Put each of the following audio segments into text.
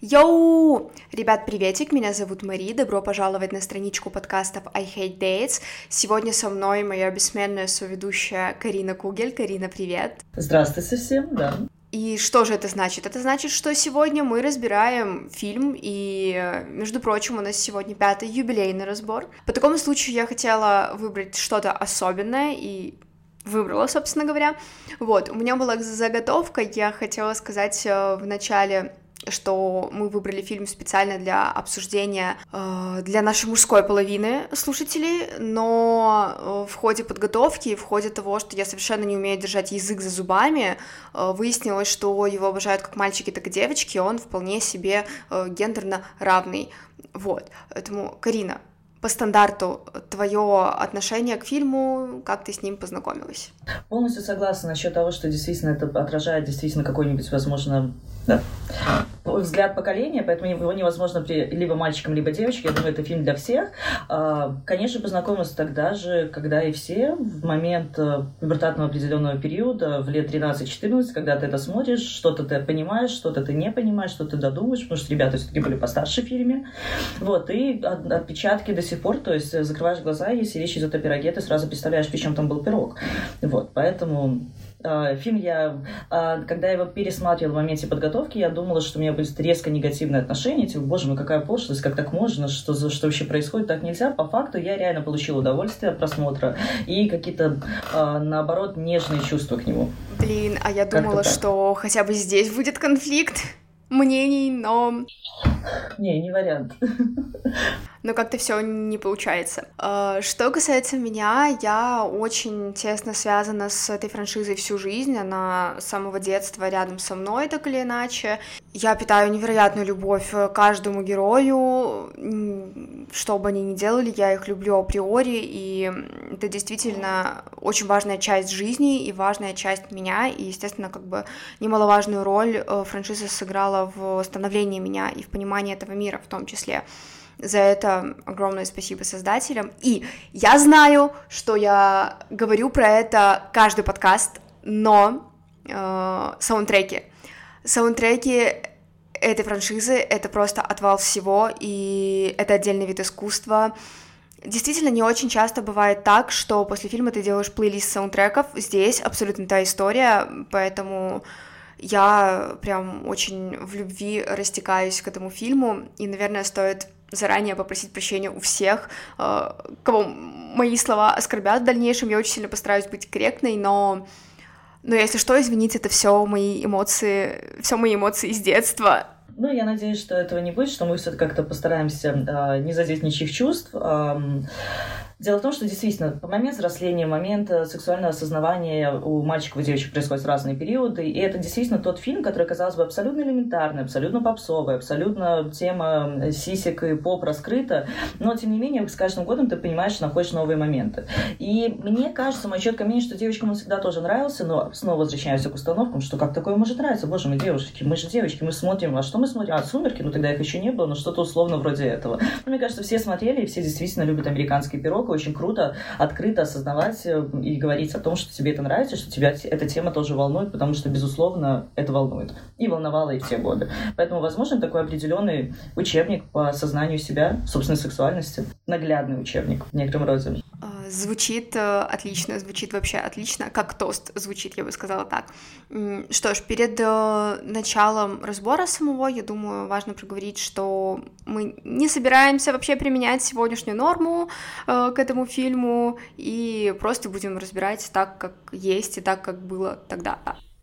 Йоу! Ребят, приветик, меня зовут Мари, добро пожаловать на страничку подкастов I Hate Dates. Сегодня со мной моя бессменная соведущая Карина Кугель. Карина, привет! Здравствуйте всем, да. И что же это значит? Это значит, что сегодня мы разбираем фильм, и, между прочим, у нас сегодня 5-й юбилейный разбор. По такому случаю я хотела выбрать что-то особенное, и выбрала, собственно говоря. Вот, у меня была заготовка, я хотела сказать в начале, что мы выбрали фильм специально для обсуждения для нашей мужской половины слушателей, но в ходе подготовки, в ходе того, что я совершенно не умею держать язык за зубами, выяснилось, что его обожают как мальчики, так и девочки, он вполне себе гендерно равный. Вот, поэтому, Карина, по стандарту, твое отношение к фильму, как ты с ним познакомилась? Полностью согласна насчет того, что действительно это отражает действительно какой-нибудь, возможно, взгляд поколения, поэтому его невозможно либо мальчикам, либо девочке. Я думаю, это фильм для всех. Конечно, познакомилась тогда же, когда и все, в момент пубертатного определенного периода, в лет 13-14, когда ты это смотришь, что-то ты понимаешь, что-то ты не понимаешь, что-то ты додумаешь, потому что ребята все-таки были постарше в фильме. Вот, и отпечатки до сих пор, то есть закрываешь глаза, если речь идет о пироге, ты сразу представляешь, при чем там был пирог. Вот, поэтому... Фильм когда я его пересматривала в моменте подготовки, я думала, что у меня будет резко негативное отношение. Типа, боже мой, какая пошлость, как так можно, что вообще происходит, так нельзя. По факту я реально получила удовольствие от просмотра и какие-то, наоборот, нежные чувства к нему. Блин, а я думала, что хотя бы здесь будет конфликт мнений, но... Не вариант. Но как-то все не получается. Что касается меня, я очень тесно связана с этой франшизой всю жизнь, она с самого детства рядом со мной, так или иначе. Я питаю невероятную любовь к каждому герою, что бы они ни делали, я их люблю априори, и это действительно очень важная часть жизни и важная часть меня, и, естественно, как бы немаловажную роль франшиза сыграла в становлении меня и в понимании этого мира в том числе. За это огромное спасибо создателям. И я знаю, что я говорю про это каждый подкаст, но саундтреки этой франшизы — это просто отвал всего, и это отдельный вид искусства. Действительно, не очень часто бывает так, что после фильма ты делаешь плейлист саундтреков. Здесь абсолютно та история, поэтому... Я прям очень в любви растекаюсь к этому фильму, и, наверное, стоит заранее попросить прощения у всех, кого мои слова оскорбят в дальнейшем. Я очень сильно постараюсь быть корректной, но если что, извините, это все мои эмоции из детства. Ну, я надеюсь, что этого не будет, что мы все-таки как-то постараемся не задеть ничьих чувств. Дело в том, что действительно, по момент взросления, момент сексуального осознавания у мальчиков и девочек происходят в разные периоды, и это действительно тот фильм, который, казалось бы, абсолютно элементарный, абсолютно попсовый, абсолютно тема сисек и поп раскрыта, но, тем не менее, с каждым годом ты понимаешь, что находишь новые моменты. И мне кажется, мое четкое мнение, что девочкам он всегда тоже нравился, но снова возвращаемся к установкам, что как такое может нравиться? Боже мой, девушки, мы же девочки, мы смотрим, а что мы смотрим? «Сумерки», ну тогда их еще не было, но что-то условно вроде этого. Но мне кажется, все смотрели, и все действительно любят американский пирог. Очень круто открыто осознавать и говорить о том, что тебе это нравится, что тебя эта тема тоже волнует, потому что, безусловно, это волнует. И волновало и в те годы. Поэтому, возможно, такой определенный учебник по осознанию себя, собственной сексуальности. Наглядный учебник в некотором роде. Звучит отлично, звучит вообще отлично, как тост звучит, я бы сказала так. Что ж, перед началом разбора самого, я думаю, важно проговорить, что мы не собираемся вообще применять сегодняшнюю норму к этому фильму, и просто будем разбирать так, как есть, и так, как было тогда.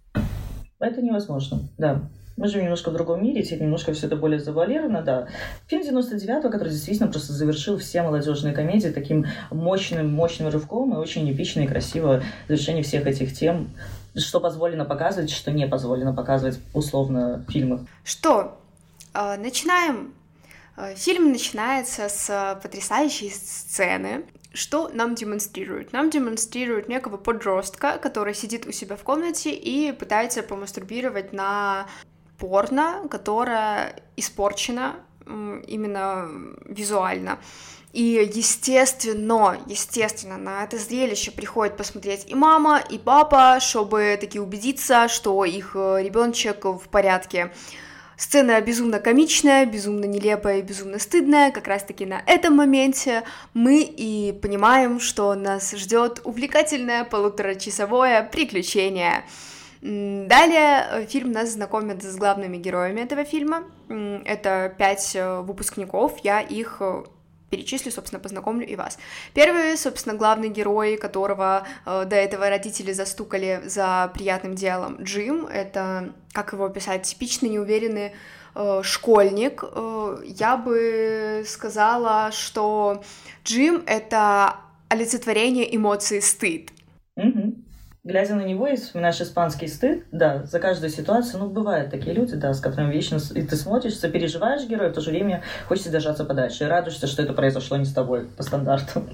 Это невозможно, да. Мы живем немножко в другом мире, теперь немножко все это более завуалировано, да. Фильм 99-го, который действительно просто завершил все молодежные комедии таким мощным рывком, и очень эпично и красиво завершение всех этих тем, что позволено показывать, что не позволено показывать условно в фильмах. Что, начинаем. Фильм начинается с потрясающей сцены. Что нам демонстрируют? Нам демонстрируют некого подростка, который сидит у себя в комнате и пытается помастурбировать на порно, которое испорчено именно визуально. И, естественно, на это зрелище приходят посмотреть и мама, и папа, чтобы таки убедиться, что их ребеночек в порядке Сцена безумно комичная, безумно нелепая и безумно стыдная. Как раз-таки на этом моменте мы и понимаем, что нас ждет увлекательное полуторачасовое приключение. Далее фильм нас знакомит с главными героями этого фильма. Это 5 выпускников, я их перечислю, собственно, познакомлю и вас. Первый, собственно, главный герой, которого до этого родители застукали за приятным делом, Джим. Это, как его описать, типичный неуверенный школьник. Я бы сказала, что Джим — это олицетворение эмоции стыд. Глядя на него и вспоминаешь испанский стыд, да, за каждую ситуацию, бывают такие люди, да, с которыми вечно и ты смотришь, сопереживаешь героя, в то же время хочется держаться подальше и радуешься, что это произошло не с тобой по стандарту.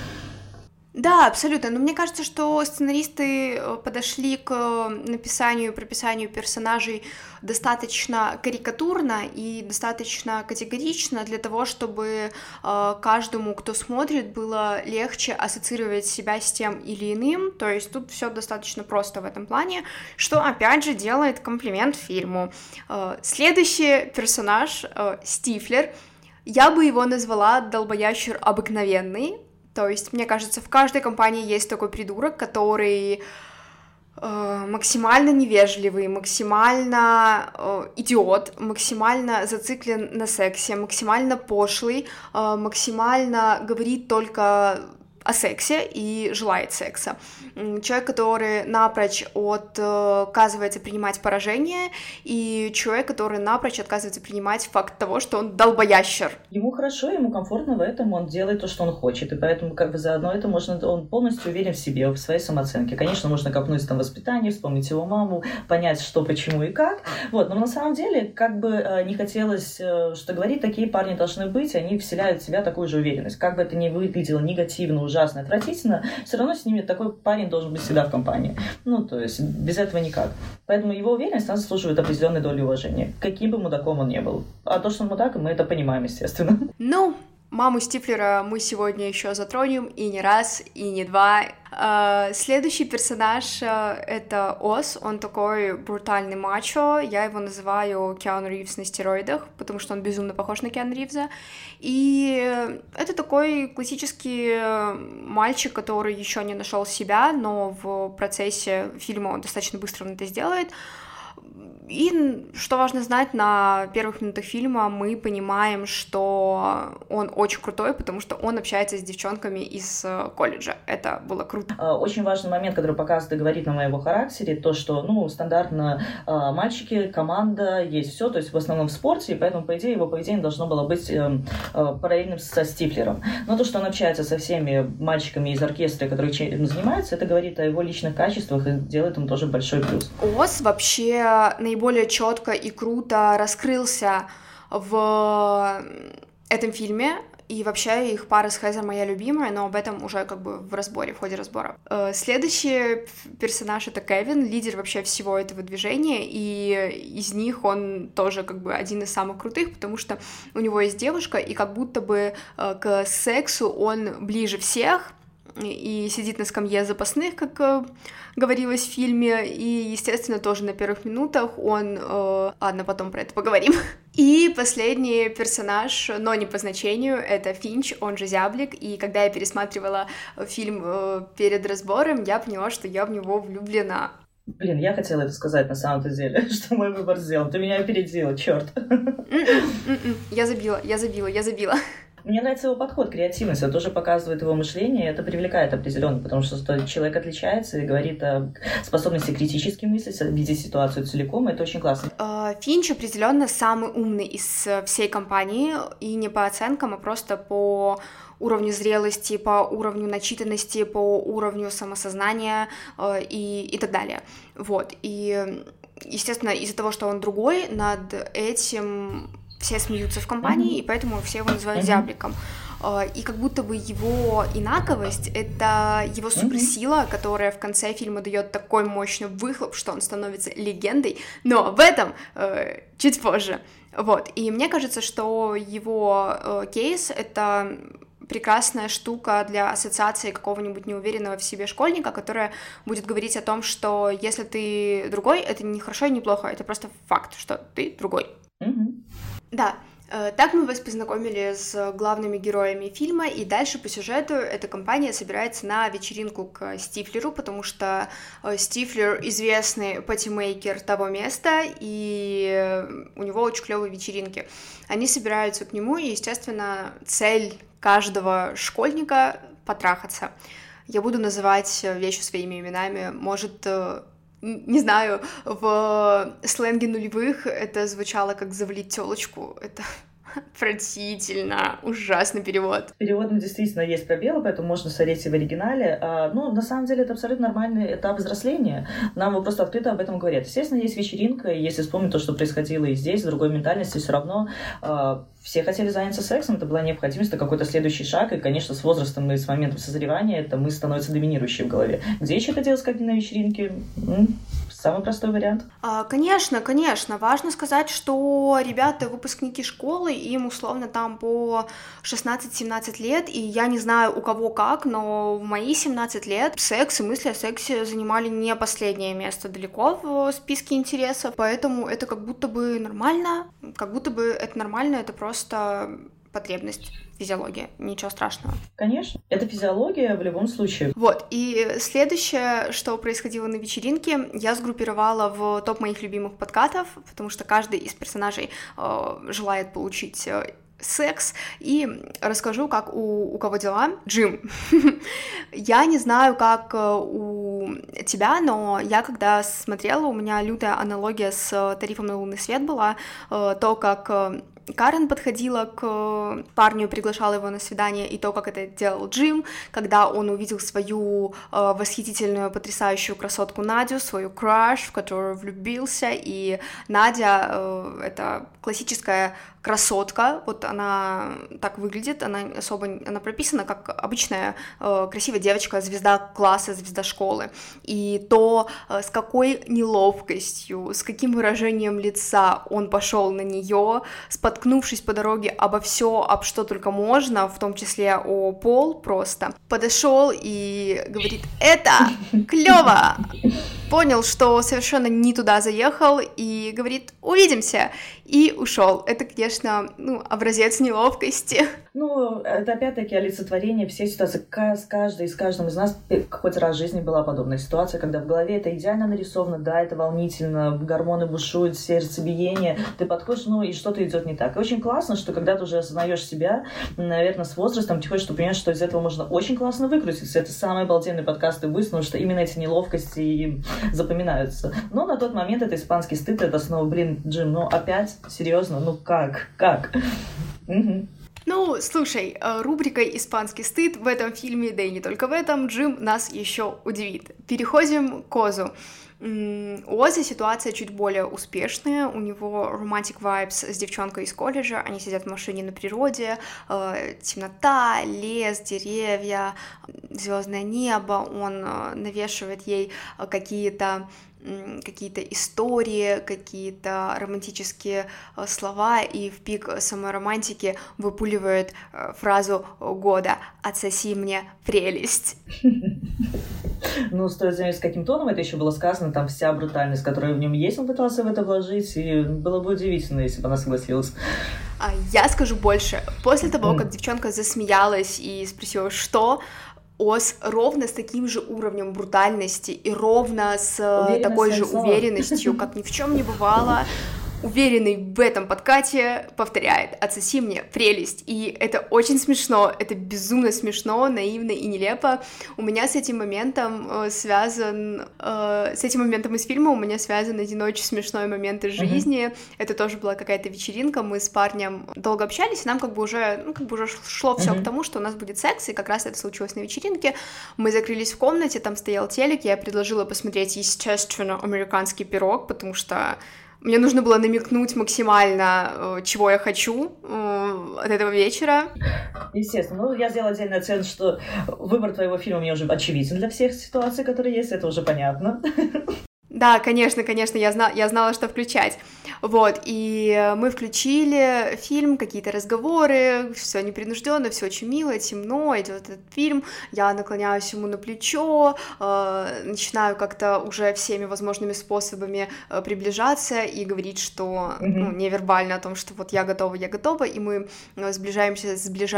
Да, абсолютно, но мне кажется, что сценаристы подошли к написанию и прописанию персонажей достаточно карикатурно и достаточно категорично для того, чтобы каждому, кто смотрит, было легче ассоциировать себя с тем или иным, то есть тут все достаточно просто в этом плане, что, опять же, делает комплимент фильму. Следующий персонаж, Стифлер, я бы его назвала долбоящер обыкновенный. То есть, мне кажется, в каждой компании есть такой придурок, который максимально невежливый, максимально идиот, максимально зациклен на сексе, максимально пошлый, максимально говорит только о сексе и желает секса. Человек, который напрочь отказывается принимать поражение, и человек, который напрочь отказывается принимать факт того, что он долбоящер. Ему хорошо, ему комфортно в этом, он делает то, что он хочет, и поэтому заодно это он полностью уверен в себе, в своей самооценке. Конечно, можно копнуть там воспитание, вспомнить его маму, понять, что, почему и как. Но на самом деле, как бы не хотелось что говорить, такие парни должны быть, они вселяют в себя такую же уверенность. Как бы это ни выглядело негативно, ужасно, отвратительно, все равно с ними такой парень должен быть всегда в компании. То есть без этого никак. Поэтому его уверенность, она заслуживает определенной доли уважения. Каким бы мудаком он ни был. А то, что он мудак, мы это понимаем, естественно. Маму Стифлера мы сегодня еще затронем и не раз, и не два. Следующий персонаж — это Оз, он такой брутальный мачо, я его называю Киану Ривз на стероидах, потому что он безумно похож на Киану Ривза, и это такой классический мальчик, который еще не нашел себя, но в процессе фильма он достаточно быстро это сделает. И, что важно знать, на первых минутах фильма мы понимаем, что он очень крутой, потому что он общается с девчонками из колледжа. Это было круто. Очень важный момент, который показывает и говорит нам о его характере, то, что, стандартно мальчики, команда, есть все, то есть в основном в спорте, и поэтому, по идее, его поведение должно было быть параллельным со Стифлером. Но то, что он общается со всеми мальчиками из оркестра, которые чем занимаются, это говорит о его личных качествах и делает ему тоже большой плюс. Оз вообще наиболее четко и круто раскрылся в этом фильме, и вообще их пара с Хезер моя любимая, но об этом уже в ходе разбора. Следующий персонаж — это Кевин, лидер вообще всего этого движения, и из них он тоже один из самых крутых, потому что у него есть девушка, и как будто бы к сексу он ближе всех, и сидит на скамье запасных, как говорилось в фильме, и, естественно, тоже на первых минутах он... Ладно, потом про это поговорим. И последний персонаж, но не по значению, это Финч, он же Зяблик, и когда я пересматривала фильм перед разбором, я поняла, что я в него влюблена. Я хотела это сказать на самом-то деле, что мой выбор сделан. Ты меня опередила, черт. Я забила. Мне нравится его подход, креативность, это тоже показывает его мышление, и это привлекает определенно, потому что человек отличается и говорит о способности критически мыслить, видеть ситуацию целиком, и это очень классно. Финч определенно самый умный из всей компании, и не по оценкам, а просто по уровню зрелости, по уровню начитанности, по уровню самосознания и так далее. И, естественно, из-за того, что он другой, над этим все смеются в компании, и поэтому все его называют зябликом. И как будто бы его инаковость — это его суперсила, которая в конце фильма дает такой мощный выхлоп, что он становится легендой, но об этом чуть позже. И мне кажется, что его кейс — это прекрасная штука для ассоциации какого-нибудь неуверенного в себе школьника, которая будет говорить о том, что если ты другой, это не хорошо и не плохо, это просто факт, что ты другой. Да. Так мы вас познакомили с главными героями фильма, и дальше по сюжету эта компания собирается на вечеринку к Стифлеру, потому что Стифлер известный патимейкер того места, и у него очень клевые вечеринки. Они собираются к нему, и, естественно, цель каждого школьника — потрахаться. Я буду называть вещи своими именами, может... Не знаю, в сленге нулевых это звучало как «завалить тёлочку». Это отвратительно, ужасный перевод. В переводе действительно есть пробелы, поэтому можно смотреть и в оригинале. Ну, на самом деле, это абсолютно нормальный этап взросления. Нам его просто открыто об этом говорят. Естественно, есть вечеринка, и если вспомнить то, что происходило и здесь, в другой ментальности, все равно все хотели заняться сексом, это была необходимость, это какой-то следующий шаг, и, конечно, с возрастом и с моментом созревания это мы становится доминирующей в голове. Где еще это делать, как не на вечеринке? Самый простой вариант. Конечно. Важно сказать, что ребята выпускники школы, им условно там по 16-17 лет, и я не знаю у кого как, но в мои 17 лет секс и мысли о сексе занимали не последнее место далеко в списке интересов, поэтому это как будто бы нормально, это просто потребность, физиология, ничего страшного. Конечно, это физиология в любом случае. Вот, и следующее, что происходило на вечеринке, я сгруппировала в топ моих любимых подкатов, потому что каждый из персонажей желает получить секс, и расскажу, как у кого дела. Джим. Я не знаю, как у тебя, но я когда смотрела, у меня лютая аналогия с «Тарифом на лунный свет» была, то, как Карен подходила к парню, приглашала его на свидание, и то, как это делал Джим, когда он увидел свою восхитительную, потрясающую красотку Надю, свою краш, в которую влюбился, и Надя — это классическая красотка, вот она так выглядит, она прописана как обычная красивая девочка, звезда класса, звезда школы, и то, с какой неловкостью, с каким выражением лица он пошел на нее, споткнувшись по дороге обо все, об что только можно, в том числе о пол просто, подошел и говорит: «Это клево!» Понял, что совершенно не туда заехал, и говорит: «Увидимся!» и ушел. Это, конечно, образец неловкости. Это опять-таки олицетворение всей ситуации. С каждым из нас хоть раз в жизни была подобная ситуация, когда в голове это идеально нарисовано, да, это волнительно, гормоны бушуют, сердцебиение, ты подходишь, и что-то идет не так. И очень классно, что когда ты уже осознаешь себя, наверное, с возрастом, потихоньку ты понимаешь, что из этого можно очень классно выкрутиться. Это самый обалденный подкаст и будет, потому что именно эти неловкости запоминаются. Но на тот момент это испанский стыд, это снова, Джим, опять? Серьезно? Как? Слушай, рубрика «Испанский стыд» в этом фильме, да и не только в этом, Джим нас еще удивит. Переходим к Озу. У Оззи ситуация чуть более успешная, у него romantic vibes с девчонкой из колледжа, они сидят в машине на природе, темнота, лес, деревья, звездное небо, он навешивает ей какие-то истории, какие-то романтические слова, и в пик самой романтики выпуливает фразу года: «Отсоси мне прелесть». Стоит заметить, с каким тоном это еще было сказано, там вся брутальность, которая в нем есть, он пытался в это вложить, и было бы удивительно, если бы она согласилась. Я скажу больше. После того, как девчонка засмеялась и спросила, что, Оз ровно с таким же уровнем брутальности и ровно с такой же уверенностью, как ни в чем не бывало, уверенный в этом подкате, повторяет: «Отсоси мне прелесть». И это очень смешно, это безумно смешно, наивно и нелепо. У меня с этим моментом из фильма у меня связан один очень смешной момент из жизни. Это тоже была какая-то вечеринка, мы с парнем долго общались, и нам уже шло все к тому, что у нас будет секс, и как раз это случилось на вечеринке. Мы закрылись в комнате, там стоял телек, я предложила посмотреть, естественно, «Американский пирог», потому что мне нужно было намекнуть максимально, чего я хочу от этого вечера. Естественно. Я сделала отдельную оценку, что выбор твоего фильма мне уже очевиден для всех ситуаций, которые есть, это уже понятно. Да, конечно, я знала, что включать. Вот, и мы включили фильм, какие-то разговоры, все непринужденно, все очень мило, темно, идет этот фильм, я наклоняюсь ему на плечо, начинаю как-то уже всеми возможными способами приближаться и говорить, что, ну, невербально о том, что вот я готова, и мы сближаемся,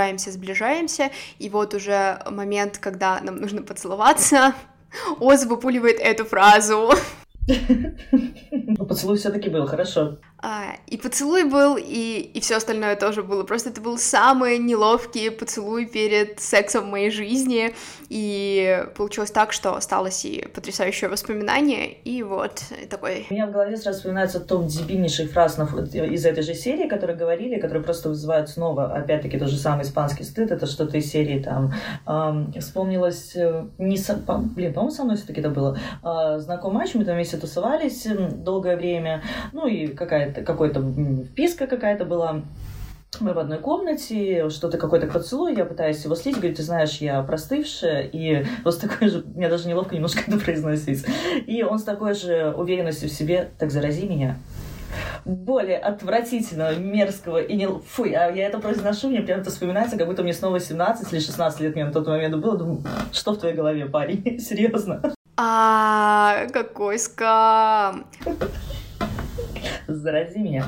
и вот уже момент, когда нам нужно поцеловаться, Оз выпуливает эту фразу. Поцелуй все-таки был, хорошо. И поцелуй был, и все остальное тоже было. Просто это был самый неловкий поцелуй перед сексом в моей жизни. И получилось так, что осталось и потрясающее воспоминание, и вот такой... У меня в голове сразу вспоминается топ дебильнейших фраз из этой же серии, которые говорили, которые просто вызывают снова, опять-таки, тот же самый испанский стыд. Это что-то из серии там... Вспомнилось... по-моему, со мной все-таки это было. Знакомый матч, мы там вместе тусовались долгое время. Ну и какой-то вписка какая-то была. Мы в одной комнате, что-то какой-то поцелуй, я пытаюсь его слить, говорит, ты знаешь, я простывшая, и просто такой же, мне даже неловко немножко это произносить. И он с такой же уверенностью в себе, так зарази меня. Более отвратительного, мерзкого и не... Фу, я это произношу, мне прям это вспоминается, как будто мне снова 17 или 16 лет мне на тот момент было. Думаю, что в твоей голове, парень? Серьезно? Какой скам! Зарази меня.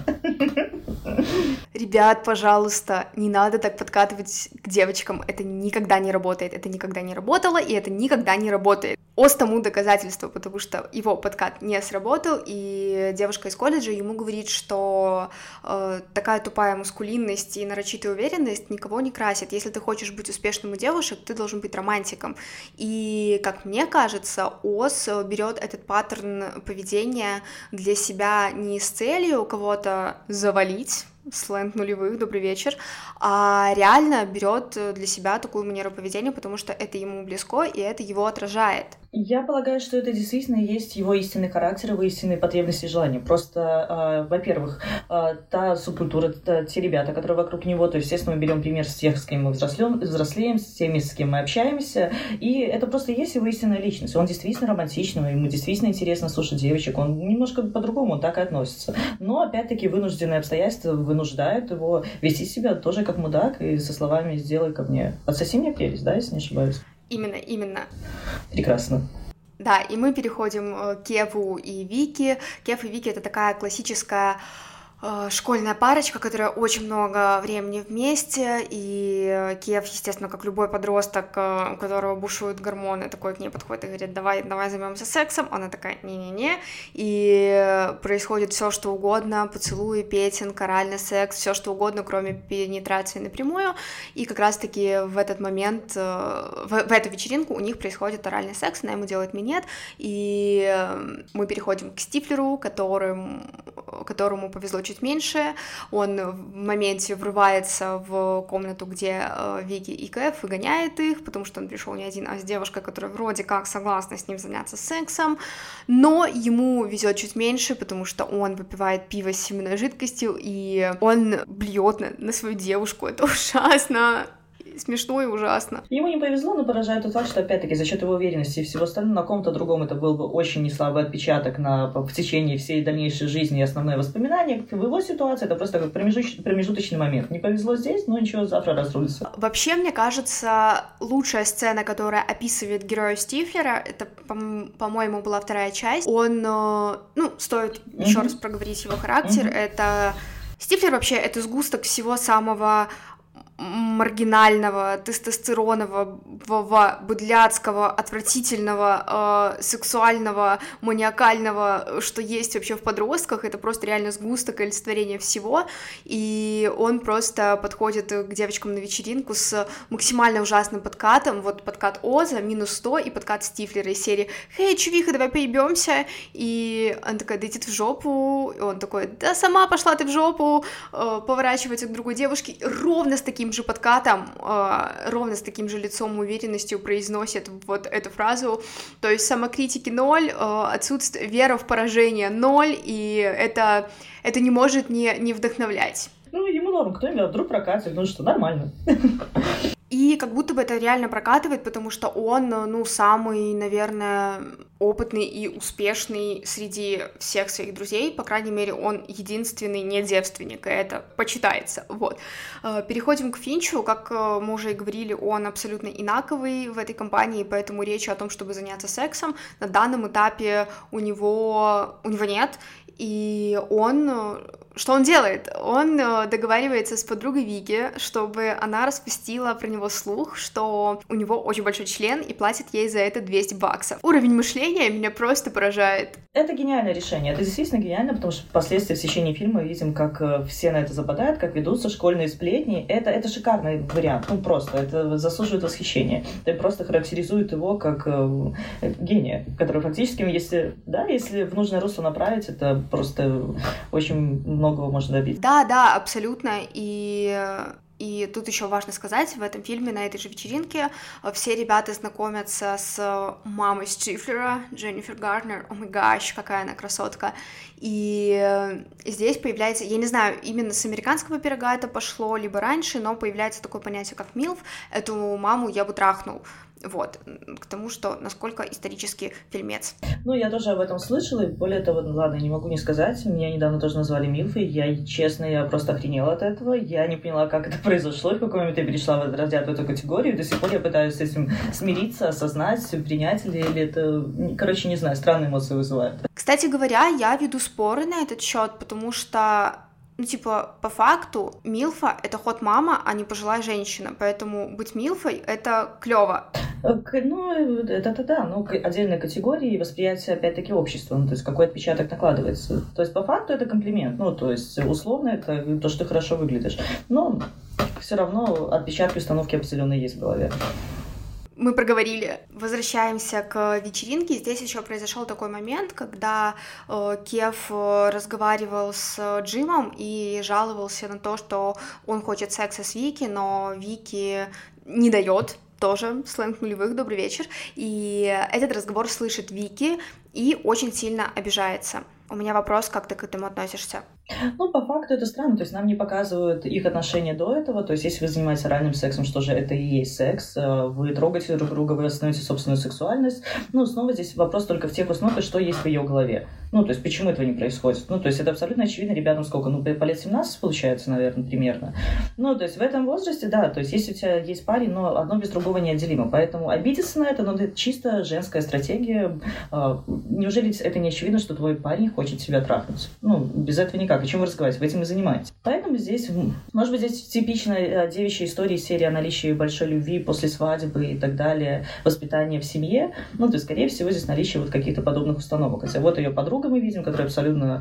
Ребят, пожалуйста, не надо так подкатывать к девочкам. Это никогда не работает. Это никогда не работало, и это никогда не работает. Оз тому доказательство, потому что его подкат не сработал, и девушка из колледжа ему говорит, что такая тупая мускулинность и нарочитая уверенность никого не красит. Если ты хочешь быть успешным у девушек, ты должен быть романтиком. И, как мне кажется, Оз берет этот паттерн поведения для себя не с целью кого-то завалить, сленг нулевых, добрый вечер, а реально берет для себя такую манеру поведения, потому что это ему близко, и это его отражает. Я полагаю, что это действительно есть его истинный характер, его истинные потребности и желания. Просто, во-первых, та субкультура, те ребята, которые вокруг него, то, естественно, мы берем пример с тех, с кем мы взрослеем, с теми, с кем мы общаемся, и это просто есть его истинная личность. Он действительно романтичный, ему действительно интересно слушать девочек, он немножко по-другому так и относится. Но, опять-таки, вынужденные обстоятельства вынуждают его вести себя тоже как мудак и со словами «сделай ко мне, отсоси мне прелесть», да, если не ошибаюсь? Именно. Прекрасно. Да, и мы переходим к Кеву и Вики. Кев и Вики — это такая классическая школьная парочка, которая очень много времени вместе, и Кев, естественно, как любой подросток, у которого бушуют гормоны, такой к ней подходит и говорит, давай займемся сексом, она такая, не-не-не, и происходит все что угодно, поцелуи, петинг, оральный секс, все что угодно, кроме пенетрации напрямую, и как раз-таки в этот момент, в эту вечеринку у них происходит оральный секс, она ему делает минет, и мы переходим к Стифлеру, которому повезло чуть меньше, он в моменте врывается в комнату, где Вики и Кэф, выгоняет их, потому что он пришел не один, а с девушкой, которая вроде как согласна с ним заняться сексом, но ему везет чуть меньше, потому что он выпивает пиво с семенной жидкостью, и он блюет на свою девушку, это ужасно. Смешно и ужасно. Ему не повезло, но поражает тот факт, что, опять-таки, за счет его уверенности и всего остального, на ком-то другом это был бы очень неслабый отпечаток в течение всей дальнейшей жизни и основные воспоминания. В его ситуации это просто как промежуточный момент. Не повезло здесь, но ничего, завтра разрулится. Вообще, мне кажется, лучшая сцена, которая описывает героя Стифлера, это, по-моему, была вторая часть. Он, стоит еще раз проговорить его характер, это... Стифлер вообще это сгусток всего самого маргинального, тестостеронового, быдляцкого, отвратительного, сексуального, маниакального, что есть вообще в подростках, это просто реально сгусток и олицетворение всего, и он просто подходит к девочкам на вечеринку с максимально ужасным подкатом, вот подкат Оза, минус 100, и подкат Стифлера из серии «Хей, чувиха, давай поебемся», и она такая «Да иди ты в жопу», и он такой «Да сама пошла ты в жопу», поворачивается к другой девушке, ровно с таким же подкатом, ровно с таким же лицом, уверенностью произносит вот эту фразу, то есть самокритики 0, отсутствие, вера в поражение 0, и это не может не вдохновлять. Ему норм, кто-нибудь вдруг прокатит, что нормально. И как будто бы это реально прокатывает, потому что он, самый, наверное, опытный и успешный среди всех своих друзей, по крайней мере, он единственный не девственник, и это почитается, вот. Переходим к Финчу, как мы уже и говорили, он абсолютно инаковый в этой компании, поэтому речи о том, чтобы заняться сексом, на данном этапе у него нет, и что он делает? Он договаривается с подругой Вики, чтобы она распустила про него слух, что у него очень большой член и платит ей за это $200. Уровень мышления меня просто поражает. Это гениальное решение. Это действительно гениально, потому что впоследствии в течение фильма видим, как все на это западают, как ведутся школьные сплетни. Это шикарный вариант. Просто это заслуживает восхищения. Это просто характеризует его как гения, который фактически, если в нужное русло направить, это просто очень многого можно добиться. Да, абсолютно. И тут еще важно сказать, в этом фильме, на этой же вечеринке, все ребята знакомятся с мамой Стифлера, Дженнифер Гарнер. О май гаш, какая она красотка. И здесь появляется, я не знаю, именно с американского пирога это пошло, либо раньше, но появляется такое понятие, как милф. Эту маму я бы трахнул. Вот, к тому, что насколько исторический фильмец. Я тоже об этом слышала, и более того, ладно, не могу не сказать, меня недавно тоже назвали милфой, я просто охренела от этого, я не поняла, как это произошло, и в какой момент я перешла в эту категорию, и до сих пор я пытаюсь с этим смириться, осознать, принять, или это, не знаю, странные эмоции вызывает. Кстати говоря, я веду споры на этот счет, потому что по факту, милфа — это хот-мама, а не пожилая женщина, поэтому быть милфой — это клево. Отдельная категория и восприятие, опять-таки, общества, то есть какой отпечаток накладывается. То есть, по факту, это комплимент, условно, это то, что ты хорошо выглядишь, но все равно отпечатки установки определенные есть в голове. Мы проговорили. Возвращаемся к вечеринке. Здесь еще произошел такой момент, когда Кев разговаривал с Джимом и жаловался на то, что он хочет секса с Вики, но Вики не дает. Тоже сленг нулевых, добрый вечер. И этот разговор слышит Вики и очень сильно обижается. У меня вопрос, как ты к этому относишься? По факту это странно, то есть нам не показывают их отношения до этого, то есть если вы занимаетесь оральным сексом, что же это и есть секс, вы трогаете друг друга, вы осознаете собственную сексуальность, снова здесь вопрос только в тех условиях, что есть в ее голове, то есть почему этого не происходит, то есть это абсолютно очевидно, ребятам сколько, по лет 17 получается, наверное, примерно, то есть в этом возрасте, да, то есть если у тебя есть парень, но одно без другого неотделимо, поэтому обидеться на это, это чисто женская стратегия, неужели это не очевидно, что твой парень хочет тебя трахнуть, без этого никак. О чем вы разговариваете? Вы этим и занимаетесь. Поэтому здесь, может быть, здесь типичная девичья история, серия о наличии большой любви после свадьбы и так далее, воспитание в семье. То есть, скорее всего, здесь наличие каких-то подобных установок. Хотя вот ее подруга мы видим, которая абсолютно,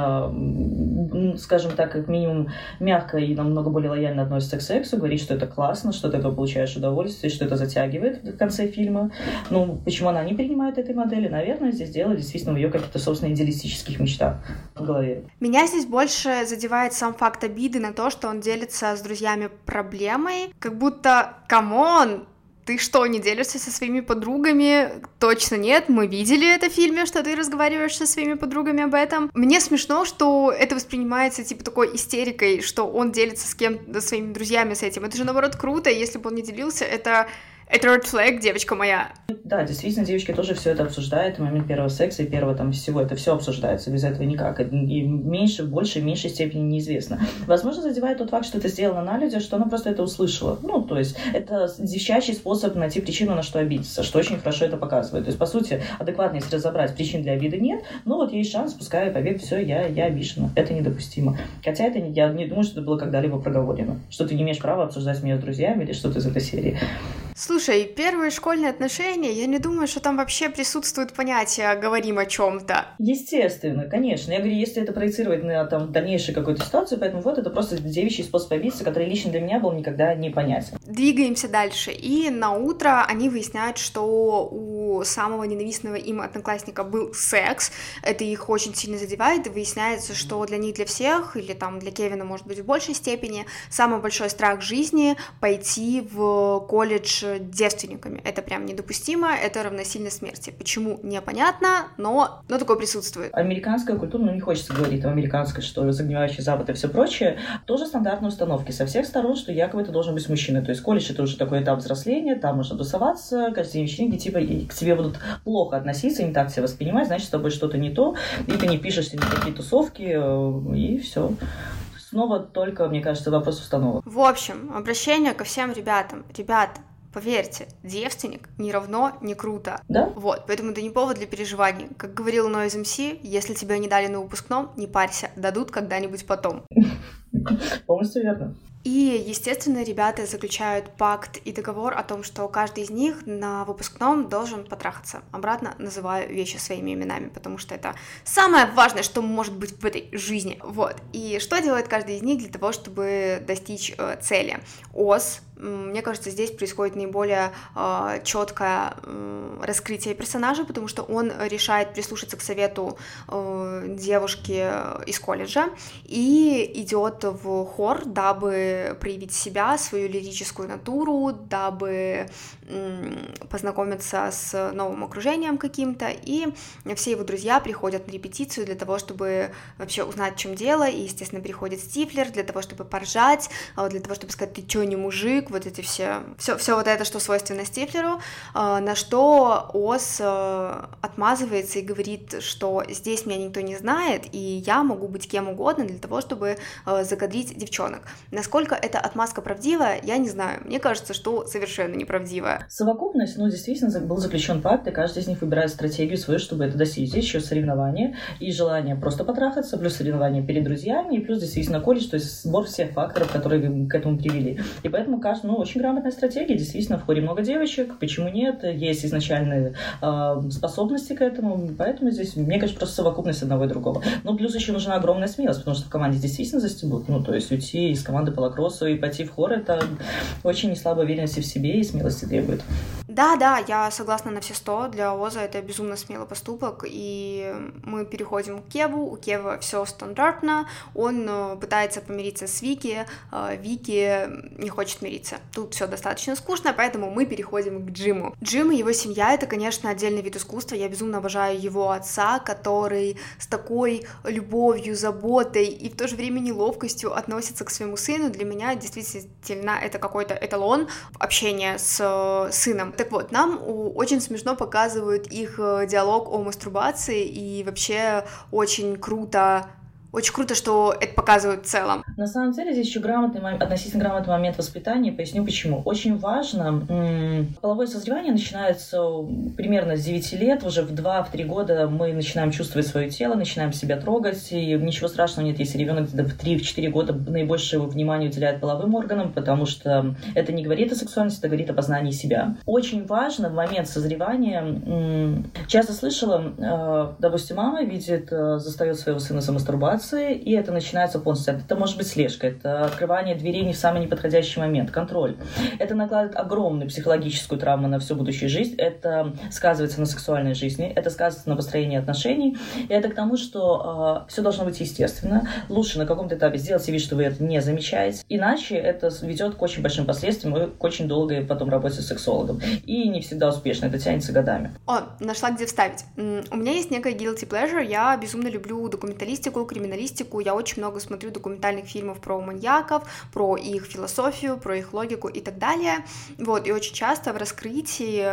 скажем так, как минимум мягко и намного более лояльно относится к сексу, говорит, что это классно, что ты от этого получаешь удовольствие, что это затягивает в конце фильма. Почему она не принимает этой модели? Наверное, здесь дело действительно в ее каких-то, собственно, идеалистических мечтах в голове. Меня здесь больше задевает сам факт обиды на то, что он делится с друзьями проблемой, как будто, камон, ты что, не делишься со своими подругами? Точно нет, мы видели это в фильме, что ты разговариваешь со своими подругами об этом. Мне смешно, что это воспринимается такой истерикой, что он делится с кем-то, своими друзьями с этим. Это же, наоборот, круто, если бы он не делился, это red flag, девочка моя. Да, действительно, девочки тоже все это обсуждают, в момент первого секса и первого всего, это все обсуждается, без этого никак. И в меньшей степени неизвестно. Возможно, задевает тот факт, что это сделано на людях, что она просто это услышала. То есть, это девчачий способ найти причину, на что обидеться, что очень хорошо это показывает. То есть, по сути, адекватно, если разобрать, причин для обиды нет, есть шанс, пускай, поверь, все, я обижена. Это недопустимо. Хотя я не думаю, что это было когда-либо проговорено. Что ты не имеешь права обсуждать меня с друзьями или что-то из этой серии. Слушай, первые школьные отношения, я не думаю, что там вообще присутствует понятие «говорим о чем-то». Естественно, конечно. Я говорю, если это проецировать на дальнейшую какую-то ситуацию, поэтому это просто девичий способ обидеться, который лично для меня был никогда не понятен. Двигаемся дальше. И на утро они выясняют, что у у самого ненавистного им одноклассника был секс, это их очень сильно задевает, и выясняется, что для них, для всех, или там для Кевина, может быть, в большей степени, самый большой страх жизни — пойти в колледж девственниками. Это прям недопустимо, это равносильно смерти. Почему? Непонятно, но такое присутствует. Американская культура, не хочется говорить о американской, что ли, загнивающий Запад и все прочее, тоже стандартные установки со всех сторон, что якобы ты должен быть мужчиной. То есть колледж — это уже такой этап взросления, там можно тусоваться, каждый день вечеринки, типа, и к тебе будут плохо относиться, не так тебя воспринимать, значит, с тобой что-то не то, и ты не пишешься ни в какие тусовки, и все. Снова только, мне кажется, вопрос установок. В общем, обращение ко всем ребятам. Ребята, поверьте, девственник не равно не круто. Да? Вот, поэтому это не повод для переживаний. Как говорил Noise MC, если тебя не дали на выпускном, не парься, дадут когда-нибудь потом. Полностью верно. И, естественно, ребята заключают пакт и договор о том, что каждый из них на выпускном должен потрахаться. Обратно называю вещи своими именами, потому что это самое важное, что может быть в этой жизни. Вот. И что делает каждый из них для того, чтобы достичь цели? Оз. Мне кажется, здесь происходит наиболее четкое раскрытие персонажа, потому что он решает прислушаться к совету девушки из колледжа и идет в хор, дабы проявить себя, свою лирическую натуру, дабы познакомиться с новым окружением каким-то, и все его друзья приходят на репетицию для того, чтобы вообще узнать, в чем дело, и, естественно, приходит Стифлер для того, чтобы поржать, для того, чтобы сказать: ты чё, не мужик, вот эти все вот это, что свойственно Стифлеру, на что Оз отмазывается и говорит, что здесь меня никто не знает, и я могу быть кем угодно для того, чтобы закадрить девчонок. Насколько эта отмазка правдивая, я не знаю, мне кажется, что совершенно неправдивая. Совокупность, действительно, был заключен пакт, и каждый из них выбирает стратегию свою, чтобы это достичь. Здесь еще соревнования и желание просто потрахаться, плюс соревнования перед друзьями, и плюс действительно колледж, то есть сбор всех факторов, которые к этому привели. И поэтому каждый, очень грамотная стратегия, действительно, в хоре много девочек, почему нет, есть изначальные способности к этому, поэтому здесь, мне кажется, просто совокупность одного и другого. Плюс еще нужна огромная смелость, потому что в команде действительно застебут, то есть уйти из команды по лакроссу и пойти в хор, это очень неслабая уверенности в себе и смелости требует. Да, я согласна на все 100. Для Оза это безумно смелый поступок, и мы переходим к Кеву. У Кева все стандартно, он пытается помириться с Вики, Вики не хочет мириться. Тут все достаточно скучно, поэтому мы переходим к Джиму. Джим и его семья — это, конечно, отдельный вид искусства. Я безумно обожаю его отца, который с такой любовью, заботой и в то же время неловкостью относится к своему сыну. Для меня действительно это какой-то эталон общения с сыном. Так вот, нам очень смешно показывают их диалог о мастурбации, и вообще очень круто, что это показывают в целом. На самом деле здесь еще относительно грамотный момент воспитания. Поясню почему. Очень важно, половое созревание начинается примерно с 9 лет. Уже в 2-3 года мы начинаем чувствовать свое тело, начинаем себя трогать. И ничего страшного нет, если ребенок где-то в 3-4 года наибольшее внимание уделяет половым органам, потому что это не говорит о сексуальности, это говорит о познании себя. Очень важно в момент созревания. Часто слышала, допустим, мама застает своего сына за мастурбацией, и это начинается полностью. Это может быть слежка, это открывание дверей не в самый неподходящий момент, контроль. Это накладывает огромную психологическую травму на всю будущую жизнь, это сказывается на сексуальной жизни, это сказывается на построении отношений, и это к тому, что все должно быть естественно. Лучше на каком-то этапе сделать вид, что вы это не замечаете, иначе это ведет к очень большим последствиям и к очень долгой потом работе с сексологом. И не всегда успешно, это тянется годами. Нашла где вставить. У меня есть некая guilty pleasure, я безумно люблю документалистику, криминалистику, я очень много смотрю документальных фильмов про маньяков, про их философию, про их логику и так далее, и очень часто в раскрытии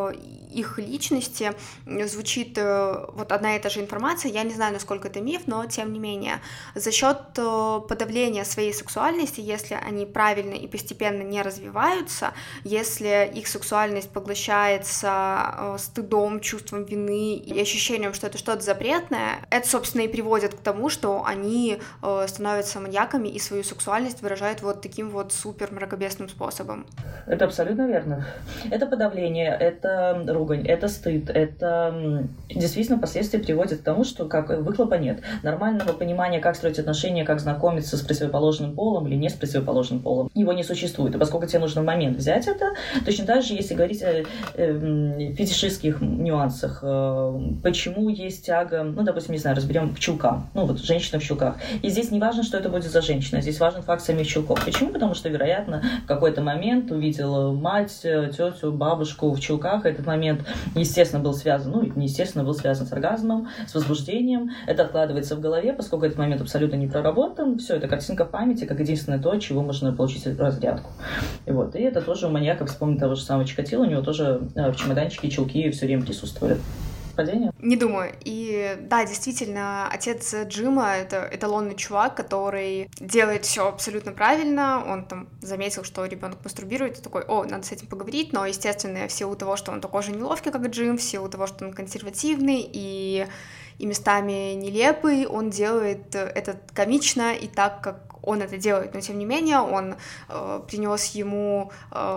их личности звучит одна и та же информация, я не знаю, насколько это миф, но тем не менее, за счет подавления своей сексуальности, если они правильно и постепенно не развиваются, если их сексуальность поглощается стыдом, чувством вины и ощущением, что это что-то запретное, это, собственно, и приводит к тому, что они становятся маньяками и свою сексуальность выражают таким супер мракобесным способом. Это абсолютно верно. Это подавление, это ругань, это стыд, это действительно последствия приводят к тому, что как выхлопа нет. Нормального понимания, как строить отношения, как знакомиться с противоположным полом или не с противоположным полом, его не существует. И поскольку тебе нужно в момент взять это, точно так же, если говорить о фетишистских нюансах, почему есть тяга, ну, допустим, не знаю, разберем к чулкам, ну, вот женщина в чулках. И здесь не важно, что это будет за женщина, здесь важен факт самих чулков. Почему? Потому что, вероятно, в какой-то момент увидела мать, тетю, бабушку в чулках. Этот момент, естественно, был связан, ну, неестественно, был связан с оргазмом, с возбуждением. Это откладывается в голове, поскольку этот момент абсолютно не проработан. Все, это картинка в памяти, как единственное то, от чего можно получить разрядку. И это тоже у маньяка, вспомнить того же самого Чикатило, у него тоже в чемоданчике чулки все время присутствовали. Падение? Не думаю. И да, действительно, отец Джима — это эталонный чувак, который делает все абсолютно правильно. Он там заметил, что ребенок мастурбирует, и такой: о, надо с этим поговорить. Но, естественно, в силу того, что он такой же неловкий, как и Джим, в силу того, что он консервативный и местами нелепый, он делает это комично и так, как он это делает, но тем не менее он принес ему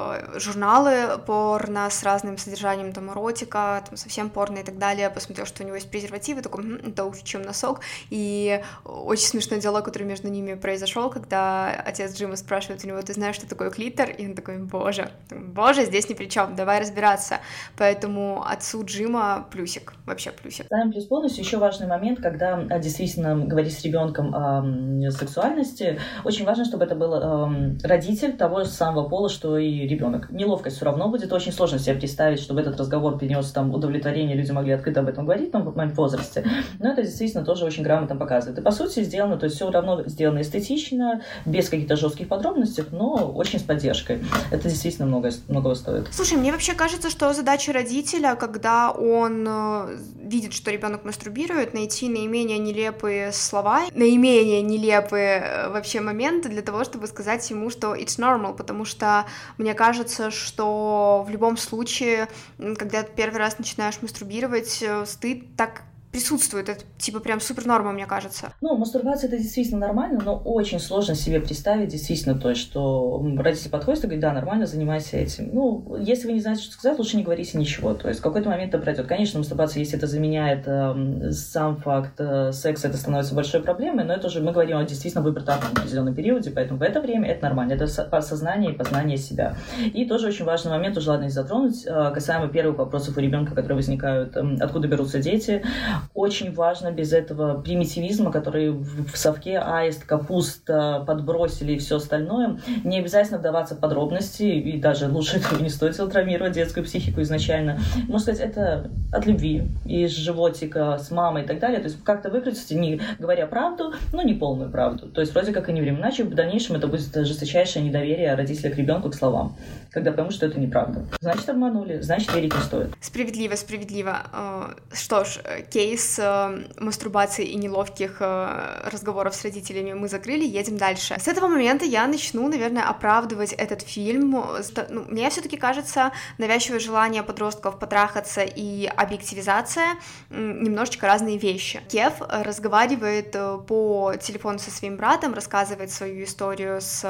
журналы порно с разным содержанием, там, эротика, там, совсем порно и так далее, посмотрел, что у него есть презервативы, такой: это лучше, чем носок. И очень смешной диалог, который между ними произошел, когда отец Джима спрашивает у него: ты знаешь, что такое клитор? И он такой: боже, здесь ни при чем, давай разбираться. Поэтому отцу Джима плюсик, вообще плюсик. Ставим плюс полностью. Еще важный момент, когда действительно говорить с ребенком о сексуальности, очень важно, чтобы это был родитель того же самого пола, что и ребенок. Неловкость все равно будет. Очень сложно себе представить, чтобы этот разговор принес там удовлетворение, люди могли открыто об этом говорить в моем возрасте. Но это действительно тоже очень грамотно показывает. И по сути сделано, то есть все равно сделано эстетично, без каких-то жестких подробностей, но очень с поддержкой. Это действительно многого стоит. Слушай, мне вообще кажется, что задача родителя, когда он видит, что ребенок мастурбирует, найти наименее нелепые слова, наименее нелепые вообще моменты для того, чтобы сказать ему, что it's normal, потому что мне кажется, что в любом случае, когда ты первый раз начинаешь мастурбировать, стыд так присутствует, это типа прям супер норма, мне кажется. Ну, мастурбация — это действительно нормально, но очень сложно себе представить действительно то, что родитель подходит и говорит: да, нормально, занимайся этим. Ну, если вы не знаете, что сказать, лучше не говорите ничего, то есть в какой-то момент это пройдет. Конечно, мастурбация, если это заменяет сам факт секса, это становится большой проблемой, но это уже мы говорим о действительно выбранном определенном периоде, поэтому в это время это нормально, это осознание и познание себя. И тоже очень важный момент, уже ладно не затронуть, касаемо первых вопросов у ребенка, которые возникают: откуда берутся дети. Очень важно без этого примитивизма, который в совке аист, капуста подбросили и все остальное. Не обязательно вдаваться в подробности, и даже лучше этого не стоит травмировать детскую психику изначально. Можно сказать, это от любви, из животика, с мамой и так далее. То есть как-то выкрутиться, не говоря правду, но не полную правду. То есть вроде как и не время. Иначе в дальнейшем это будет жесточайшее недоверие родителя к ребенку, к словам. Когда поймут, что это неправда. Значит, обманули, значит, верить не стоит. Справедливо. Что ж, кейс мастурбации и неловких разговоров с родителями мы закрыли, едем дальше. С этого момента я начну, наверное, оправдывать этот фильм. Мне все-таки кажется, навязчивое желание подростков потрахаться и объективизация немножечко разные вещи. Кев разговаривает по телефону со своим братом, рассказывает свою историю с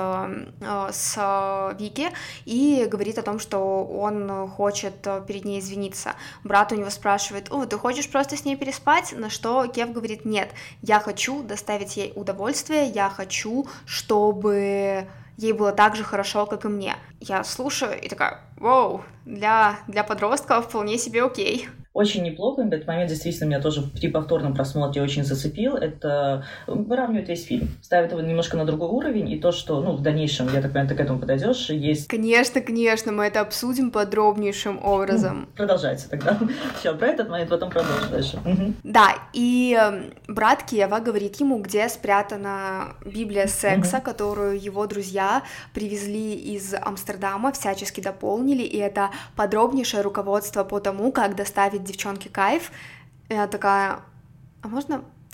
Вики и говорит о том, что он хочет перед ней извиниться. Брат у него спрашивает: о, ты хочешь просто с ней переспать? На что Кев говорит: нет, я хочу доставить ей удовольствие, я хочу, чтобы ей было так же хорошо, как и мне. Я слушаю и такая: вау, для подростков вполне себе окей. Очень неплохо, этот момент действительно меня тоже при повторном просмотре очень зацепил. Это выравнивает весь фильм, ставит его немножко на другой уровень, и то, что, в дальнейшем, я так понимаю, ты к этому подойдешь, есть... Конечно, мы это обсудим подробнейшим образом. Продолжайте тогда. Все, про этот момент потом продолжим дальше. Да, и брат Кева говорит ему, где спрятана Библия секса, которую его друзья привезли из Амстердама, всячески дополнили, и это подробнейшее руководство по тому, как доставить девчонке кайф. И я такая: а можно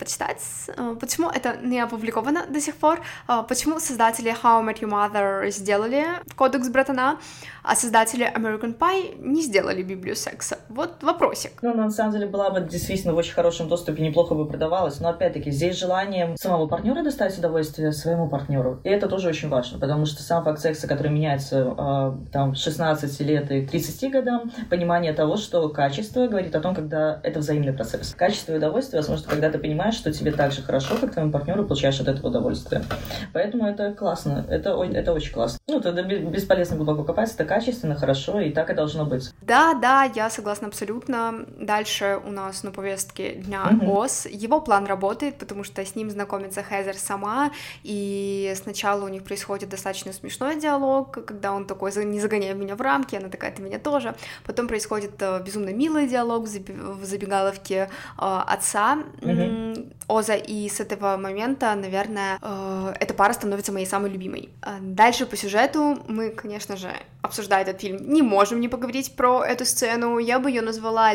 почитать, почему это не опубликовано до сих пор, почему создатели How I Met Your Mother сделали кодекс братана, а создатели American Pie не сделали Библию секса. Вот вопросик. Ну, на самом деле, была бы действительно в очень хорошем доступе, неплохо бы продавалась, но, опять-таки, здесь желание самого партнера доставить удовольствие своему партнеру, и это тоже очень важно, потому что сам факт секса, который меняется там 16 лет и 30 годам, понимание того, что качество говорит о том, когда это взаимный процесс. Качество и удовольствие, возможно, когда ты понимаешь, что тебе так же хорошо, как твоему партнеру, получаешь от этого удовольствие. Поэтому это классно, это очень классно. Ну, тогда бесполезно глубоко копать, это качественно, хорошо, и так и должно быть. Да, я согласна абсолютно. Дальше у нас на повестке дня Оз. Его план работает, потому что с ним знакомится Хезер сама, и сначала у них происходит достаточно смешной диалог, когда он такой: не загоняй меня в рамки, она такая: ты меня тоже. Потом происходит безумно милый диалог в забегаловке отца Оза, и с этого момента, наверное, эта пара становится моей самой любимой. Дальше по сюжету мы, конечно же, обсуждая этот фильм, не можем не поговорить про эту сцену. Я бы ее назвала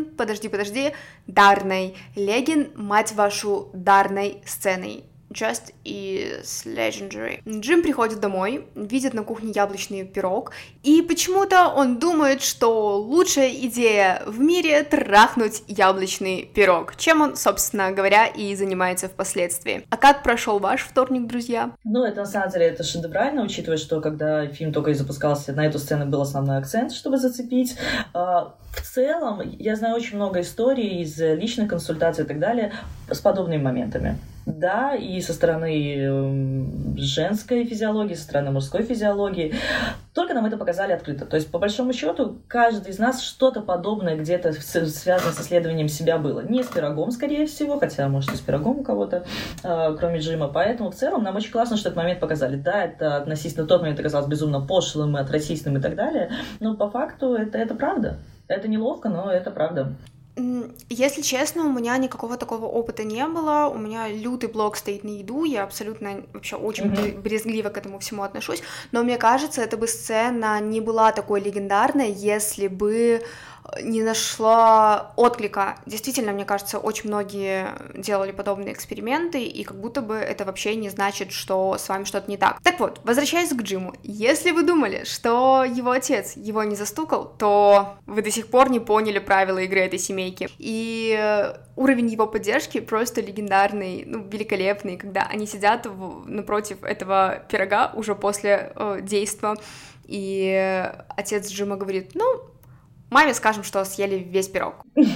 дарной. Легин, мать вашу, дарной сценой. Just is legendary. Джим приходит домой, видит на кухне яблочный пирог, и почему-то он думает, что лучшая идея в мире — трахнуть яблочный пирог, чем он, собственно говоря, и занимается впоследствии. А как прошел ваш вторник, друзья? Ну, это на самом деле это шедеврально, учитывая, что когда фильм только и запускался, на эту сцену был основной акцент, чтобы зацепить. В целом, я знаю очень много историй из личных консультаций и так далее с подобными моментами. Да, и со стороны женской физиологии, со стороны мужской физиологии. Только нам это показали открыто. То есть, по большому счету, каждый из нас что-то подобное где-то связано с исследованием себя было. Не с пирогом, скорее всего, хотя, может, и с пирогом у кого-то, кроме Джима. Поэтому, в целом, нам очень классно, что этот момент показали. Да, это относительно тот момент оказалось безумно пошлым, отвратительным и так далее, но по факту это правда. Это неловко, но это правда. Если честно, у меня никакого такого опыта не было, у меня лютый блок стоит на еду, я абсолютно вообще очень брезгливо к этому всему отношусь, но мне кажется, эта бы сцена не была такой легендарной, если бы не нашла отклика. Действительно, мне кажется, очень многие делали подобные эксперименты, и как будто бы это вообще не значит, что с вами что-то не так. Так вот, возвращаясь к Джиму, если вы думали, что его отец его не застукал, то вы до сих пор не поняли правила игры этой семейки. И уровень его поддержки просто легендарный, великолепный, когда они сидят напротив этого пирога уже после действа, и отец Джима говорит: маме скажем, что съели весь пирог.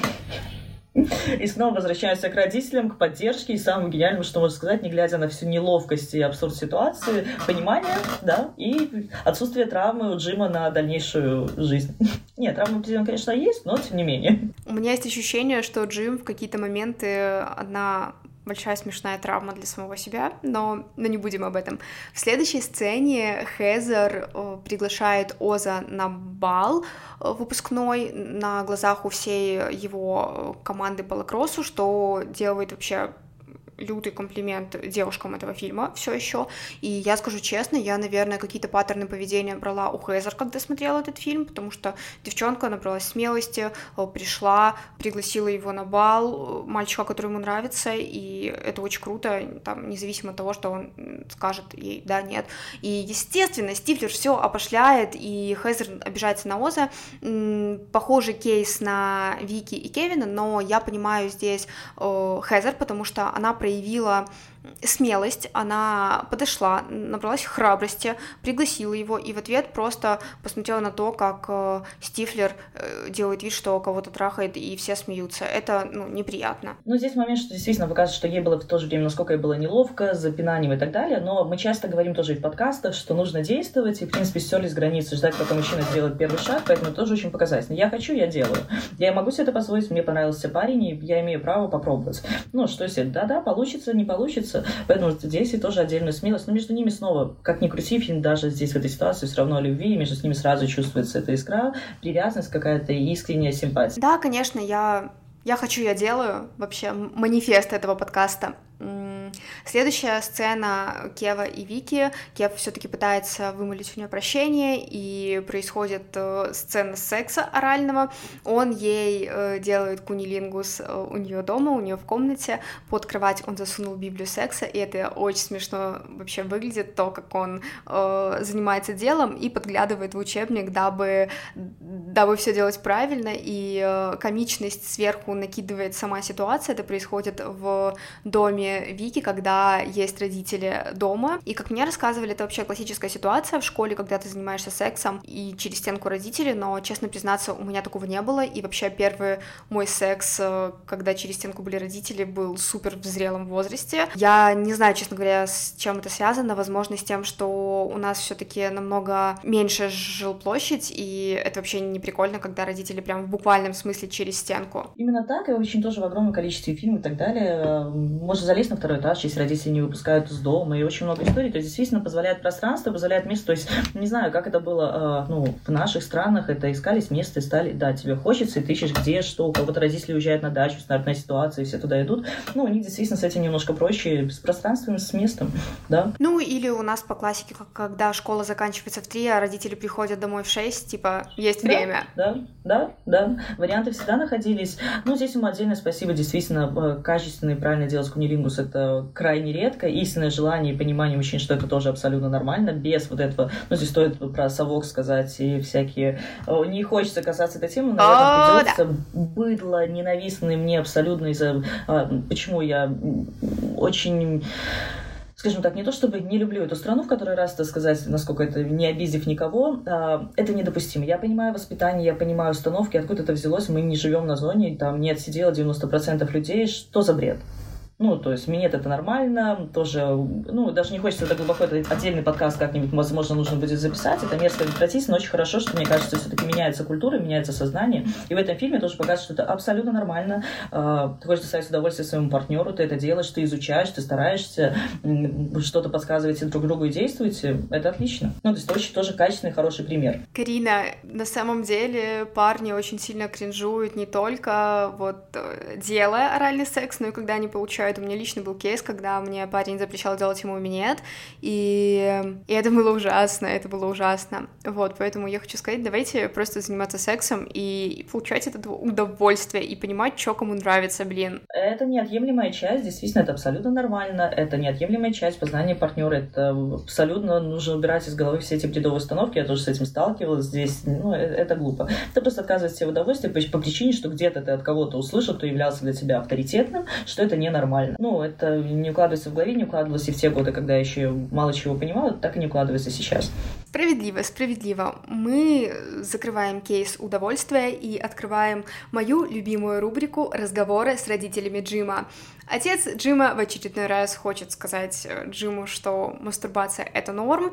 И снова возвращаемся к родителям, к поддержке, и самому гениальному, что можно сказать, не глядя на всю неловкость и абсурд ситуации, понимание, да, и отсутствие травмы у Джима на дальнейшую жизнь. Нет, травма, конечно, есть, но тем не менее. У меня есть ощущение, что Джим в какие-то моменты одна большая смешная травма для самого себя, но не будем об этом. В следующей сцене Хезер приглашает Оза на бал выпускной на глазах у всей его команды по лакроссу, что делает вообще лютый комплимент девушкам этого фильма все еще. И я скажу честно, я, наверное, какие-то паттерны поведения брала у Хезер, когда смотрела этот фильм, потому что девчонка набралась смелости, пришла, пригласила его на бал, мальчика, который ему нравится, и это очень круто, там, независимо от того, что он скажет ей да, нет. И, естественно, Стифлер все опошляет, и Хезер обижается на Оза. Похожий кейс на Вики и Кевина, но я понимаю здесь Хезер, потому что она проявила смелость, она подошла, набралась храбрости, пригласила его, и в ответ просто посмотрела на то, как Стифлер делает вид, что кого-то трахает, и все смеются. Это, неприятно. Здесь момент, что действительно показывает, что ей было в то же время, насколько ей было неловко, запинанием и так далее, но мы часто говорим тоже и в подкастах, что нужно действовать, и, в принципе, стерлись границы, ждать, пока мужчина сделает первый шаг, поэтому это тоже очень показательно. Я хочу, я делаю. Я могу себе это позволить, мне понравился парень, и я имею право попробовать. Что если да, получится, не получится. Поэтому здесь и тоже отдельную смелость. Но между ними снова, как ни крути, фильм даже здесь в этой ситуации все равно о любви, и между ними сразу чувствуется эта искра, привязанность какая-то и искренняя симпатия. Да, конечно, я хочу, я делаю. Вообще манифест этого подкаста. Следующая сцена Кева и Вики. Кев все-таки пытается вымолить у нее прощение, и происходит сцена секса орального. Он ей делает кунилингус у нее дома, у нее в комнате. Под кровать он засунул Библию секса, и это очень смешно вообще выглядит, то, как он занимается делом и подглядывает в учебник, дабы все делать правильно, и комичность сверху накидывает сама ситуация. Это происходит в доме Вики, когда есть родители дома, и, как мне рассказывали, это вообще классическая ситуация в школе, когда ты занимаешься сексом и через стенку родителей, но, честно признаться, у меня такого не было, и вообще первый мой секс, когда через стенку были родители, был супер в зрелом возрасте. Я не знаю, честно говоря, с чем это связано, возможно, с тем, что у нас все-таки намного меньше жилплощадь, и это вообще не прикольно, когда родители прям в буквальном смысле через стенку. Именно так, и очень тоже в огромном количестве фильмов и так далее. Можно залезть на второй этаж, если родители не выпускают из дома, и очень много историй. То есть действительно позволяет пространство, позволяет место. То есть не знаю, как это было в наших странах, это искались место, стали, да, тебе хочется, и ты ищешь где, что, у кого-то родители уезжают на дачу, стандартная ситуация, и все туда идут. Ну, у них действительно с этим немножко проще, с пространством, с местом, да. Ну, или у нас по классике, когда школа заканчивается в 3, а родители приходят домой в 6, типа, есть время. Да. Варианты всегда находились. Ну, здесь ему отдельное спасибо, действительно, качественно и правильно делать кунилингус, это крайне редко. Истинное желание и понимание мужчин, что это тоже абсолютно нормально, без вот этого, ну, здесь стоит про совок сказать и всякие... Не хочется касаться этой темы, но придется. Быдло ненавистное мне абсолютно из-за... Почему я очень... Скажем так, не то чтобы не люблю эту страну, в которой раз, так сказать, насколько это не обидев никого, это недопустимо. Я понимаю воспитание, я понимаю установки, откуда это взялось, мы не живем на зоне, там не отсидело 90% людей, что за бред? Ну, то есть, минет это нормально, тоже, ну, даже не хочется так глубоко, это отдельный подкаст как-нибудь, возможно, нужно будет записать, это мерзко отвратительно, но очень хорошо, что, мне кажется, все-таки меняется культура, меняется сознание, и в этом фильме тоже показывают, что это абсолютно нормально, ты хочешь доставить удовольствие своему партнеру, ты это делаешь, ты изучаешь, ты стараешься, что-то подсказываете друг другу и действуете, это отлично. Ну, то есть, это очень тоже качественный, хороший пример. Карина, на самом деле, парни очень сильно кринжуют не только вот делая оральный секс, но и когда они получают. У меня лично был кейс, когда мне парень запрещал делать ему минет, и это было ужасно, вот, поэтому я хочу сказать, давайте просто заниматься сексом и получать от этого удовольствие, и понимать, что кому нравится, блин. Это неотъемлемая часть, действительно, это абсолютно нормально, это неотъемлемая часть познания партнера, это абсолютно нужно убирать из головы все эти бредовые установки, я тоже с этим сталкивалась здесь, ну, это глупо. Ты просто отказываешься себе в удовольствии по причине, что где-то ты от кого-то услышал, кто являлся для тебя авторитетным, что это ненормально. Ну, это не укладывается в голове, не укладывалось и в те годы, когда я еще мало чего понимала, так и не укладывается сейчас. Справедливо. Мы закрываем кейс удовольствия и открываем мою любимую рубрику «Разговоры с родителями Джима». Отец Джима в очередной раз хочет сказать Джиму, что мастурбация — это норм,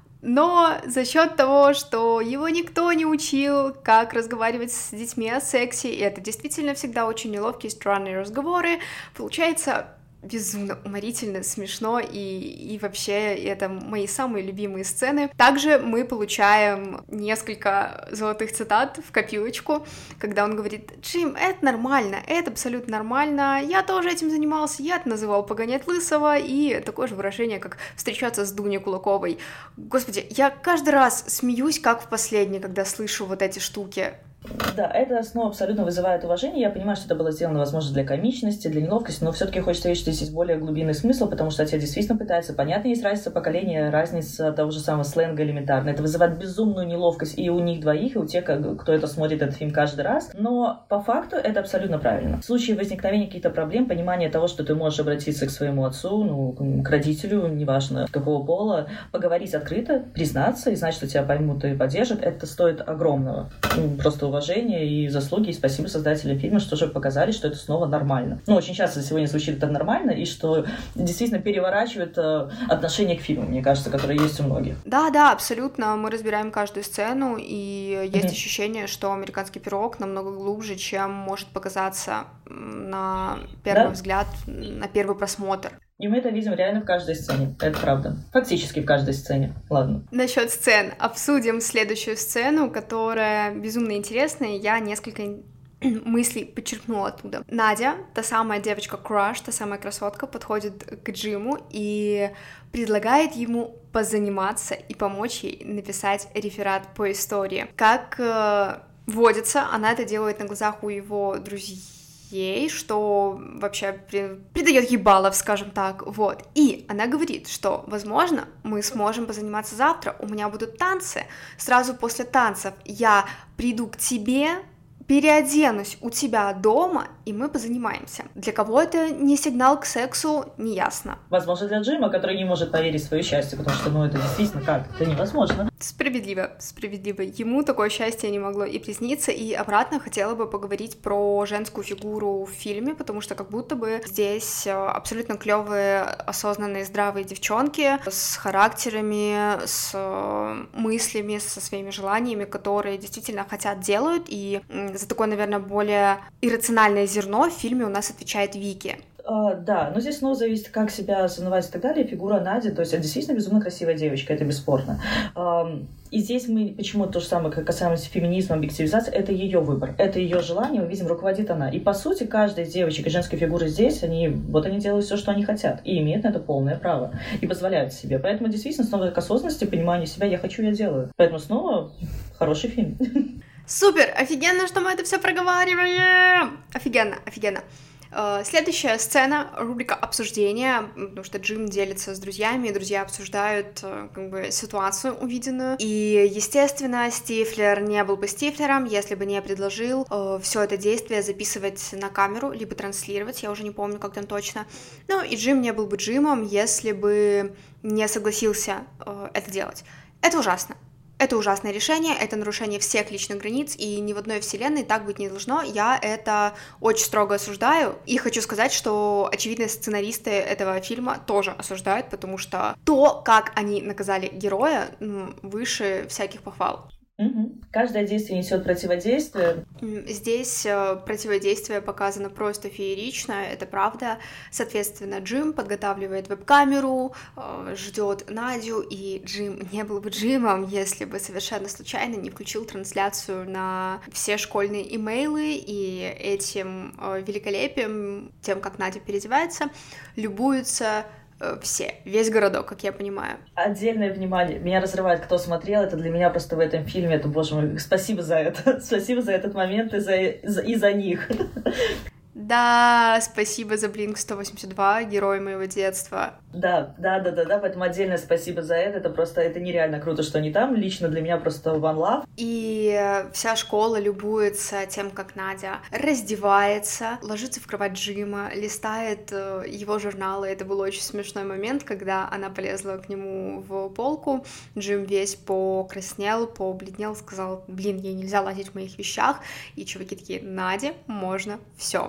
но за счет того, что его никто не учил, как разговаривать с детьми о сексе, и это действительно всегда очень неловкие, странные разговоры, получается безумно уморительно, смешно, и вообще это мои самые любимые сцены. Также мы получаем несколько золотых цитат в копилочку, когда он говорит: «Джим, это нормально, это абсолютно нормально, я тоже этим занимался, я это называл погонять лысого», и такое же выражение, как встречаться с Дуней Кулаковой. Господи, я каждый раз смеюсь, как в последний, когда слышу вот эти штуки. Да, это снова абсолютно вызывает уважение. Я понимаю, что это было сделано, возможно, для комичности, для неловкости, но все-таки хочется видеть, что здесь есть более глубинный смысл, потому что отец действительно пытается. Понятно, есть разница поколения, разница того же самого сленга элементарно. Это вызывает безумную неловкость и у них двоих, и у тех, кто это смотрит, этот фильм каждый раз. Но по факту это абсолютно правильно. В случае возникновения каких-то проблем, понимание того, что ты можешь обратиться к своему отцу, к родителю, неважно какого пола, поговорить открыто, признаться и знать, что тебя поймут и поддержат, это стоит огромного. Просто уважение и заслуги, и спасибо создателям фильма, что же показали, что это снова нормально. Ну, очень часто сегодня звучит это нормально, и что действительно переворачивает отношение к фильму, мне кажется, которое есть у многих. Да, абсолютно. Мы разбираем каждую сцену, и есть ощущение, что «Американский пирог» намного глубже, чем может показаться на первый взгляд, на первый просмотр. И мы это видим реально в каждой сцене. Это правда. Фактически в каждой сцене. Ладно. Насчет сцен. Обсудим следующую сцену, которая безумно интересная. Я несколько мыслей подчеркнула оттуда. Надя, та самая девочка-краш, та самая красотка, подходит к Джиму и предлагает ему позаниматься и помочь ей написать реферат по истории. Как водится, она это делает на глазах у его друзей, что вообще придает ей баллов, скажем так, вот. И она говорит, что, возможно, мы сможем позаниматься завтра, у меня будут танцы, сразу после танцев я приду к тебе, переоденусь у тебя дома, и мы позанимаемся. Для кого это не сигнал к сексу, неясно. Возможно, для Джима, который не может поверить в свое счастье, потому что, это действительно как? Это невозможно. Справедливо. Ему такое счастье не могло и присниться, и обратно хотела бы поговорить про женскую фигуру в фильме, потому что как будто бы здесь абсолютно клевые, осознанные, здравые девчонки с характерами, с мыслями, со своими желаниями, которые действительно хотят, делают, и за такое, наверное, более иррациональное зерно в фильме у нас отвечает Вики. Да, но здесь снова зависит, как себя осознавать и так далее. Фигура Нади, то есть это действительно безумно красивая девочка, это бесспорно. И здесь мы почему то же самое, как касаемо феминизма, объективизации, это ее выбор, это ее желание, мы видим, руководит она. И по сути, каждая из девочек и женской фигуры здесь, они делают все, что они хотят, и имеют на это полное право, и позволяют себе. Поэтому действительно снова к осознанности, пониманию себя, я хочу, я делаю. Поэтому снова хороший фильм. Супер! Офигенно, что мы это все проговариваем! Офигенно. Следующая сцена, рубрика обсуждения, потому что Джим делится с друзьями, и друзья обсуждают ситуацию увиденную. И, естественно, Стифлер не был бы Стифлером, если бы не предложил все это действие записывать на камеру, либо транслировать, я уже не помню, как там точно. Ну, и Джим не был бы Джимом, если бы не согласился это делать. Это ужасно. Это ужасное решение, это нарушение всех личных границ, и ни в одной вселенной так быть не должно. Я это очень строго осуждаю, и хочу сказать, что, очевидно, сценаристы этого фильма тоже осуждают, потому что то, как они наказали героя, выше всяких похвал. Угу. Каждое действие несет противодействие. Здесь противодействие показано просто феерично, это правда. Соответственно, Джим подготавливает веб-камеру, ждет Надю, и Джим не был бы Джимом, если бы совершенно случайно не включил трансляцию на все школьные имейлы, и этим великолепием, тем, как Надя переодевается, любуются весь городок, как я понимаю. Отдельное внимание. Меня разрывает, кто смотрел. Это для меня просто в этом фильме. Это, боже мой, спасибо за это. Спасибо за этот момент и за них. Да, спасибо за Blink-182, герой моего детства. Да, поэтому отдельное спасибо за это. Это нереально круто, что они там. Лично для меня просто one love. И вся школа любуется тем, как Надя раздевается, ложится в кровать Джима, листает его журналы. Это был очень смешной момент, когда она полезла к нему в полку. Джим весь покраснел, побледнел, сказал: блин, ей нельзя лазить в моих вещах. И чуваки такие: Наде можно все.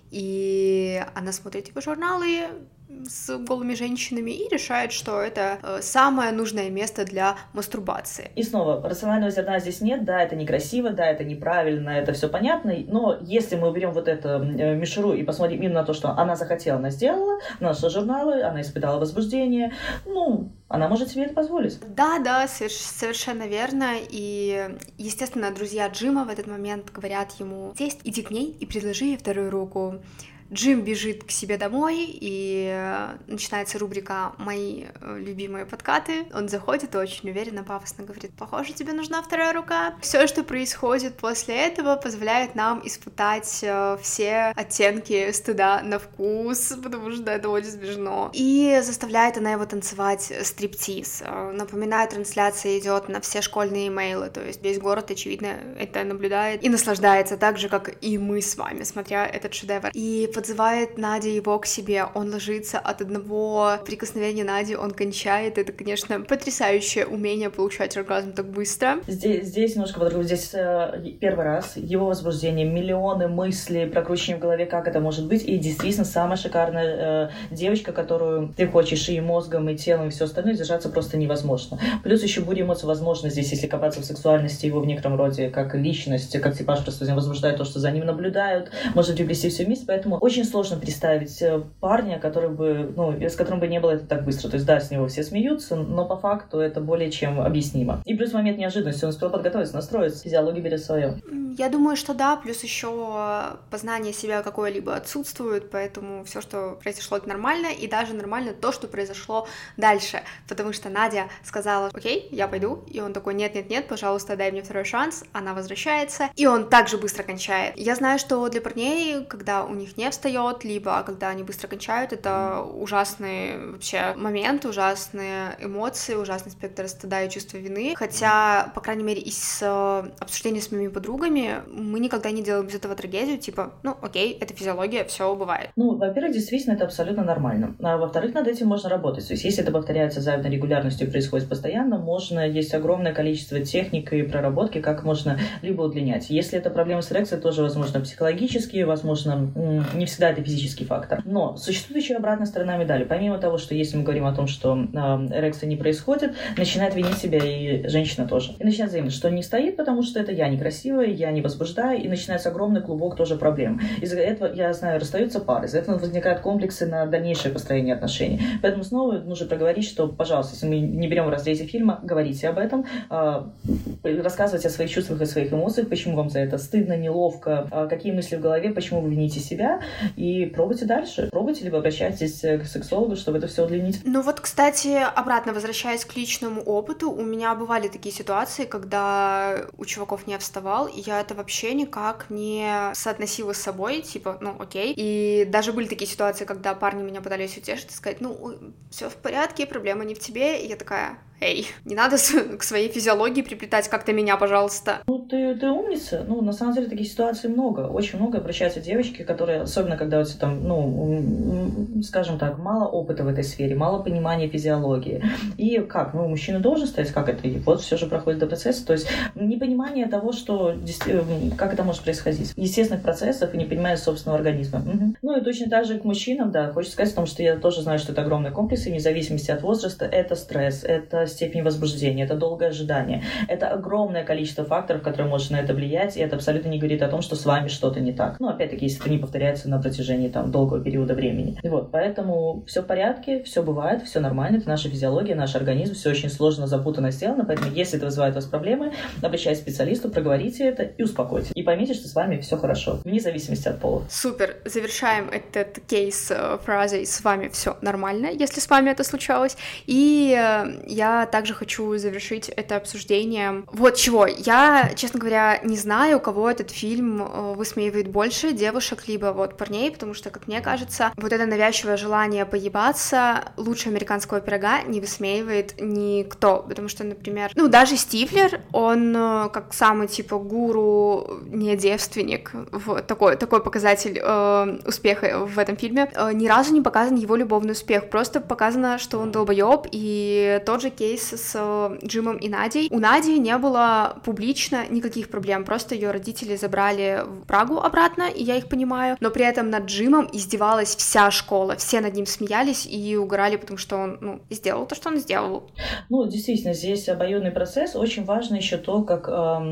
И она смотрит его журналы с голыми женщинами и решает, что это самое нужное место для мастурбации. И снова, рационального зерна здесь нет, да, это некрасиво, да, это неправильно, это все понятно, но если мы уберем вот эту мишуру и посмотрим именно на то, что она захотела, она сделала, она нашла журналы, она испытала возбуждение, она может себе это позволить. Да, совершенно верно, и, естественно, друзья Джима в этот момент говорят ему: иди к ней и предложи ей вторую руку. Джим бежит к себе домой, и начинается рубрика «Мои любимые подкаты». Он заходит и очень уверенно, пафосно говорит: похоже, тебе нужна вторая рука. Все, что происходит после этого, позволяет нам испытать все оттенки стыда на вкус, потому что это очень смешно. И заставляет она его танцевать стриптиз. Напоминаю, трансляция идет на все школьные имейлы, то есть весь город, очевидно, это наблюдает и наслаждается так же, как и мы с вами, смотря этот шедевр. И подзывает Надя его к себе, он ложится, от одного прикосновения Нади он кончает. Это, конечно, потрясающее умение получать оргазм так быстро. Здесь немножко по-другому. Здесь первый раз его возбуждение, миллионы мыслей, прокручивания в голове, как это может быть, и действительно самая шикарная девочка, которую ты хочешь и мозгом, и телом, и все остальное, держаться просто невозможно. Плюс еще буря эмоций возможно здесь, если копаться в сексуальности его в некотором роде, как личность, как типаж, просто возбуждает то, что за ним наблюдают, может привести все вместе, поэтому очень сложно представить парня, который бы, с которым бы не было это так быстро. То есть, да, с него все смеются, но по факту это более чем объяснимо. И плюс момент неожиданности, он успел подготовиться, настроиться, физиология берет свое. Я думаю, что да, плюс еще познание себя какое-либо отсутствует, поэтому все, что произошло, это нормально, и даже нормально то, что произошло дальше, потому что Надя сказала: окей, я пойду, и он такой: нет-нет-нет, пожалуйста, дай мне второй шанс, она возвращается, и он также быстро кончает. Я знаю, что для парней, когда у них не встает, либо когда они быстро кончают, это ужасный вообще момент, ужасные эмоции, ужасный спектр стыда и чувства вины, хотя, по крайней мере, из обсуждения с моими подругами мы никогда не делаем из этого трагедию, типа, окей, это физиология, все бывает. Во-первых, действительно, это абсолютно нормально. А во-вторых, над этим можно работать. То есть, если это повторяется с завидной регулярностью и происходит постоянно, есть огромное количество техник и проработки, как можно либо удлинять. Если это проблемы с эрекцией, тоже, возможно, психологические, возможно, не всегда это физический фактор. Но существует еще обратная сторона медали. Помимо того, что если мы говорим о том, что эрекция не происходит, начинает винить себя и женщина тоже. И начинает заявлять, что не стоит, потому что это я некрасивая, я не возбуждаю, и начинается огромный клубок тоже проблем. Из-за этого, я знаю, расстаются пары, из-за этого возникают комплексы на дальнейшее построение отношений. Поэтому снова нужно проговорить, что, пожалуйста, если мы не берем в разрезе фильма, говорите об этом, рассказывайте о своих чувствах и своих эмоциях, почему вам за это стыдно, неловко, какие мысли в голове, почему вы вините себя, и пробуйте дальше. Пробуйте, либо обращайтесь к сексологу, чтобы это все удлинить. Кстати, обратно возвращаясь к личному опыту, у меня бывали такие ситуации, когда у чуваков не вставал, и я это вообще никак не соотносила с собой, типа, окей. И даже были такие ситуации, когда парни меня пытались утешить и сказать: все в порядке, проблема не в тебе. И я такая: эй, не надо к своей физиологии приплетать как-то меня, пожалуйста. Ты умница. На самом деле таких ситуаций много. Очень много обращаются девочки, которые, особенно когда у тебя там, скажем так, мало опыта в этой сфере, мало понимания физиологии. И как? Мужчина должен стоять, как это? И вот все же проходит до процесса. То есть непонимание того, что как это может происходить. Естественных процессов и непонимание собственного организма. Угу. И точно так же к мужчинам, да, хочется сказать, потому что я тоже знаю, что это огромный комплекс, и вне зависимости от возраста, это стресс, это степень возбуждения, это долгое ожидание. Это огромное количество факторов, которые может на это влиять, и это абсолютно не говорит о том, что с вами что-то не так. Опять-таки, если это не повторяется на протяжении долгого периода времени. Поэтому все в порядке, все бывает, все нормально, это наша физиология, наш организм, все очень сложно, запутанно сделано, поэтому если это вызывает у вас проблемы, обращайтесь к специалисту, проговорите это и успокойте. И поймите, что с вами все хорошо, вне зависимости от пола. Супер, завершаем этот кейс фразой «с вами все нормально», если с вами это случалось. И я также хочу завершить это обсуждением вот чего. Я, честно говоря, не знаю, кого этот фильм высмеивает больше, девушек либо парней, потому что, как мне кажется, вот это навязчивое желание поебаться лучше американского пирога не высмеивает никто, потому что, например, даже Стифлер, он как самый гуру, не девственник, такой показатель успеха в этом фильме, ни разу не показан его любовный успех, просто показано, что он долбоёб. И тот же кейс с Джимом и Надей. У Нади не было публично никаких проблем, просто ее родители забрали в Прагу обратно, и я их понимаю, но при этом над Джимом издевалась вся школа, все над ним смеялись и угорали, потому что он, сделал то, что он сделал. Действительно, здесь обоюдный процесс, очень важно еще то, как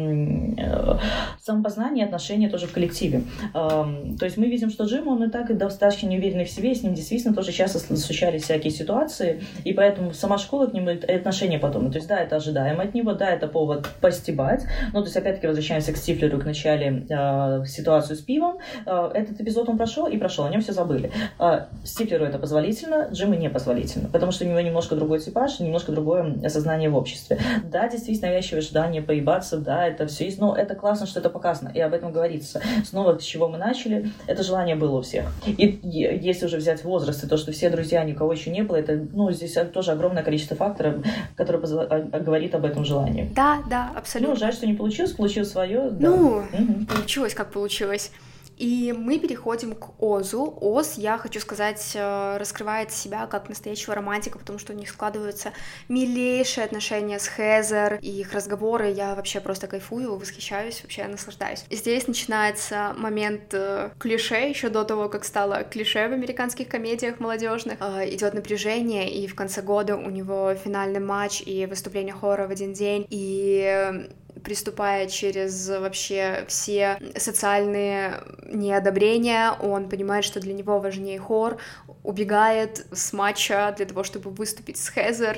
самопознание и отношения тоже в коллективе. То есть мы видим, что Джим, он и так достаточно неуверенный в себе, с ним действительно тоже часто случались всякие ситуации, и поэтому сама школа к нему и отношения подобные. То есть, да, это ожидаемо от него, да, это повод постебать, то есть, опять-таки, возвращаемся к Стифлеру, к начале ситуацию с пивом. Этот эпизод он прошел, о нем все забыли. Стифлеру это позволительно, Джиму не позволительно, потому что у него немножко другой типаж, немножко другое осознание в обществе. Да, действительно, навязчивое желание поебаться, да, это все есть, но это классно, что это показано, и об этом говорится. Снова, с чего мы начали, это желание было у всех. И если уже взять возраст, и то, что все друзья, никого еще не было, это, здесь тоже огромное количество факторов, которые говорит об этом желании. Да, абсолютно. Жаль, что не получилось свое. Да. Получилось, как получилось. И мы переходим к Озу. Оз, я хочу сказать, раскрывает себя как настоящего романтика, потому что у них складываются милейшие отношения с Хезер, и их разговоры, я вообще просто кайфую, восхищаюсь, вообще наслаждаюсь. Здесь начинается момент клише, еще до того, как стало клише в американских комедиях молодежных. Идет напряжение, и в конце года у него финальный матч и выступление хора в один день, и приступая через вообще все социальные неодобрения, он понимает, что для него важнее хор, убегает с матча для того, чтобы выступить с Хезер,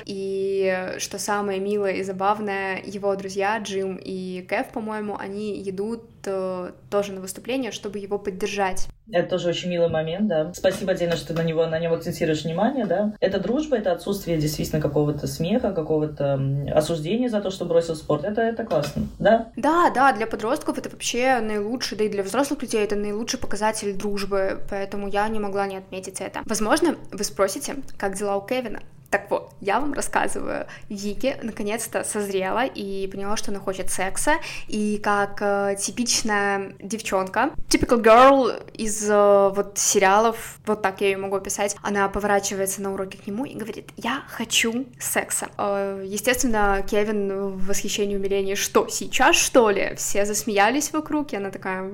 и что самое милое и забавное, его друзья Джим и Кев, по-моему, они идут тоже на выступление, чтобы его поддержать. Это тоже очень милый момент, да. Спасибо отдельно, что ты на него акцентируешь внимание, да. Это дружба, это отсутствие действительно какого-то смеха, какого-то осуждения за то, что бросил спорт. Это классно, да? Да, для подростков это вообще наилучший, да и для взрослых людей это наилучший показатель дружбы, поэтому я не могла не отметить это. Возможно, вы спросите, как дела у Кевина? Так вот, я вам рассказываю, Вики наконец-то созрела и поняла, что она хочет секса, и как типичная девчонка, typical girl из вот сериалов, вот так я ее могу описать, она поворачивается на уроке к нему и говорит: «Я хочу секса». Естественно, Кевин в восхищении, умилении: «Что, сейчас, что ли?» Все засмеялись вокруг, и она такая: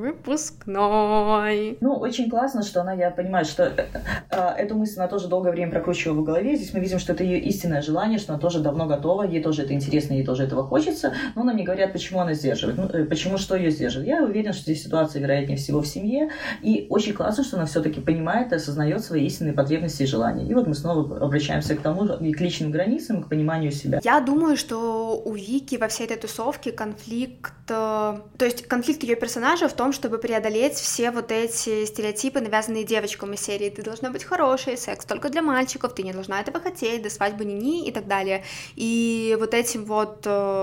«Выпускной». Ну, очень классно, что я понимаю, что эту мысль она тоже долгое время прокручивала в голове. Здесь мы видим, что это ее истинное желание, что она тоже давно готова, ей тоже это интересно, ей тоже этого хочется, но нам не говорят, почему она сдерживает, почему, что ее сдерживает. Я уверена, что здесь ситуация, вероятнее всего, в семье, и очень классно, что она все-таки понимает и осознает свои истинные потребности и желания. И вот мы снова обращаемся к тому, и к личным границам, и к пониманию себя. Я думаю, что у Вики во всей этой тусовке конфликт, то есть конфликт ее персонажа в том, чтобы преодолеть все вот эти стереотипы, навязанные девочкам из серии: «Ты должна быть хорошей, секс только для мальчиков, ты не должна этого хотеть, до свадьбы ни-ни» и так далее. И вот этим вот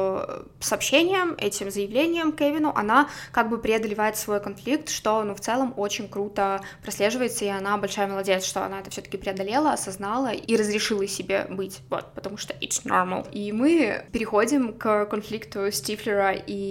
сообщением, этим заявлением Кевину она как бы преодолевает свой конфликт, что, в целом очень круто прослеживается, и она большая молодец, что она это все-таки преодолела, осознала и разрешила себе быть, вот, потому что it's normal. И мы переходим к конфликту Стифлера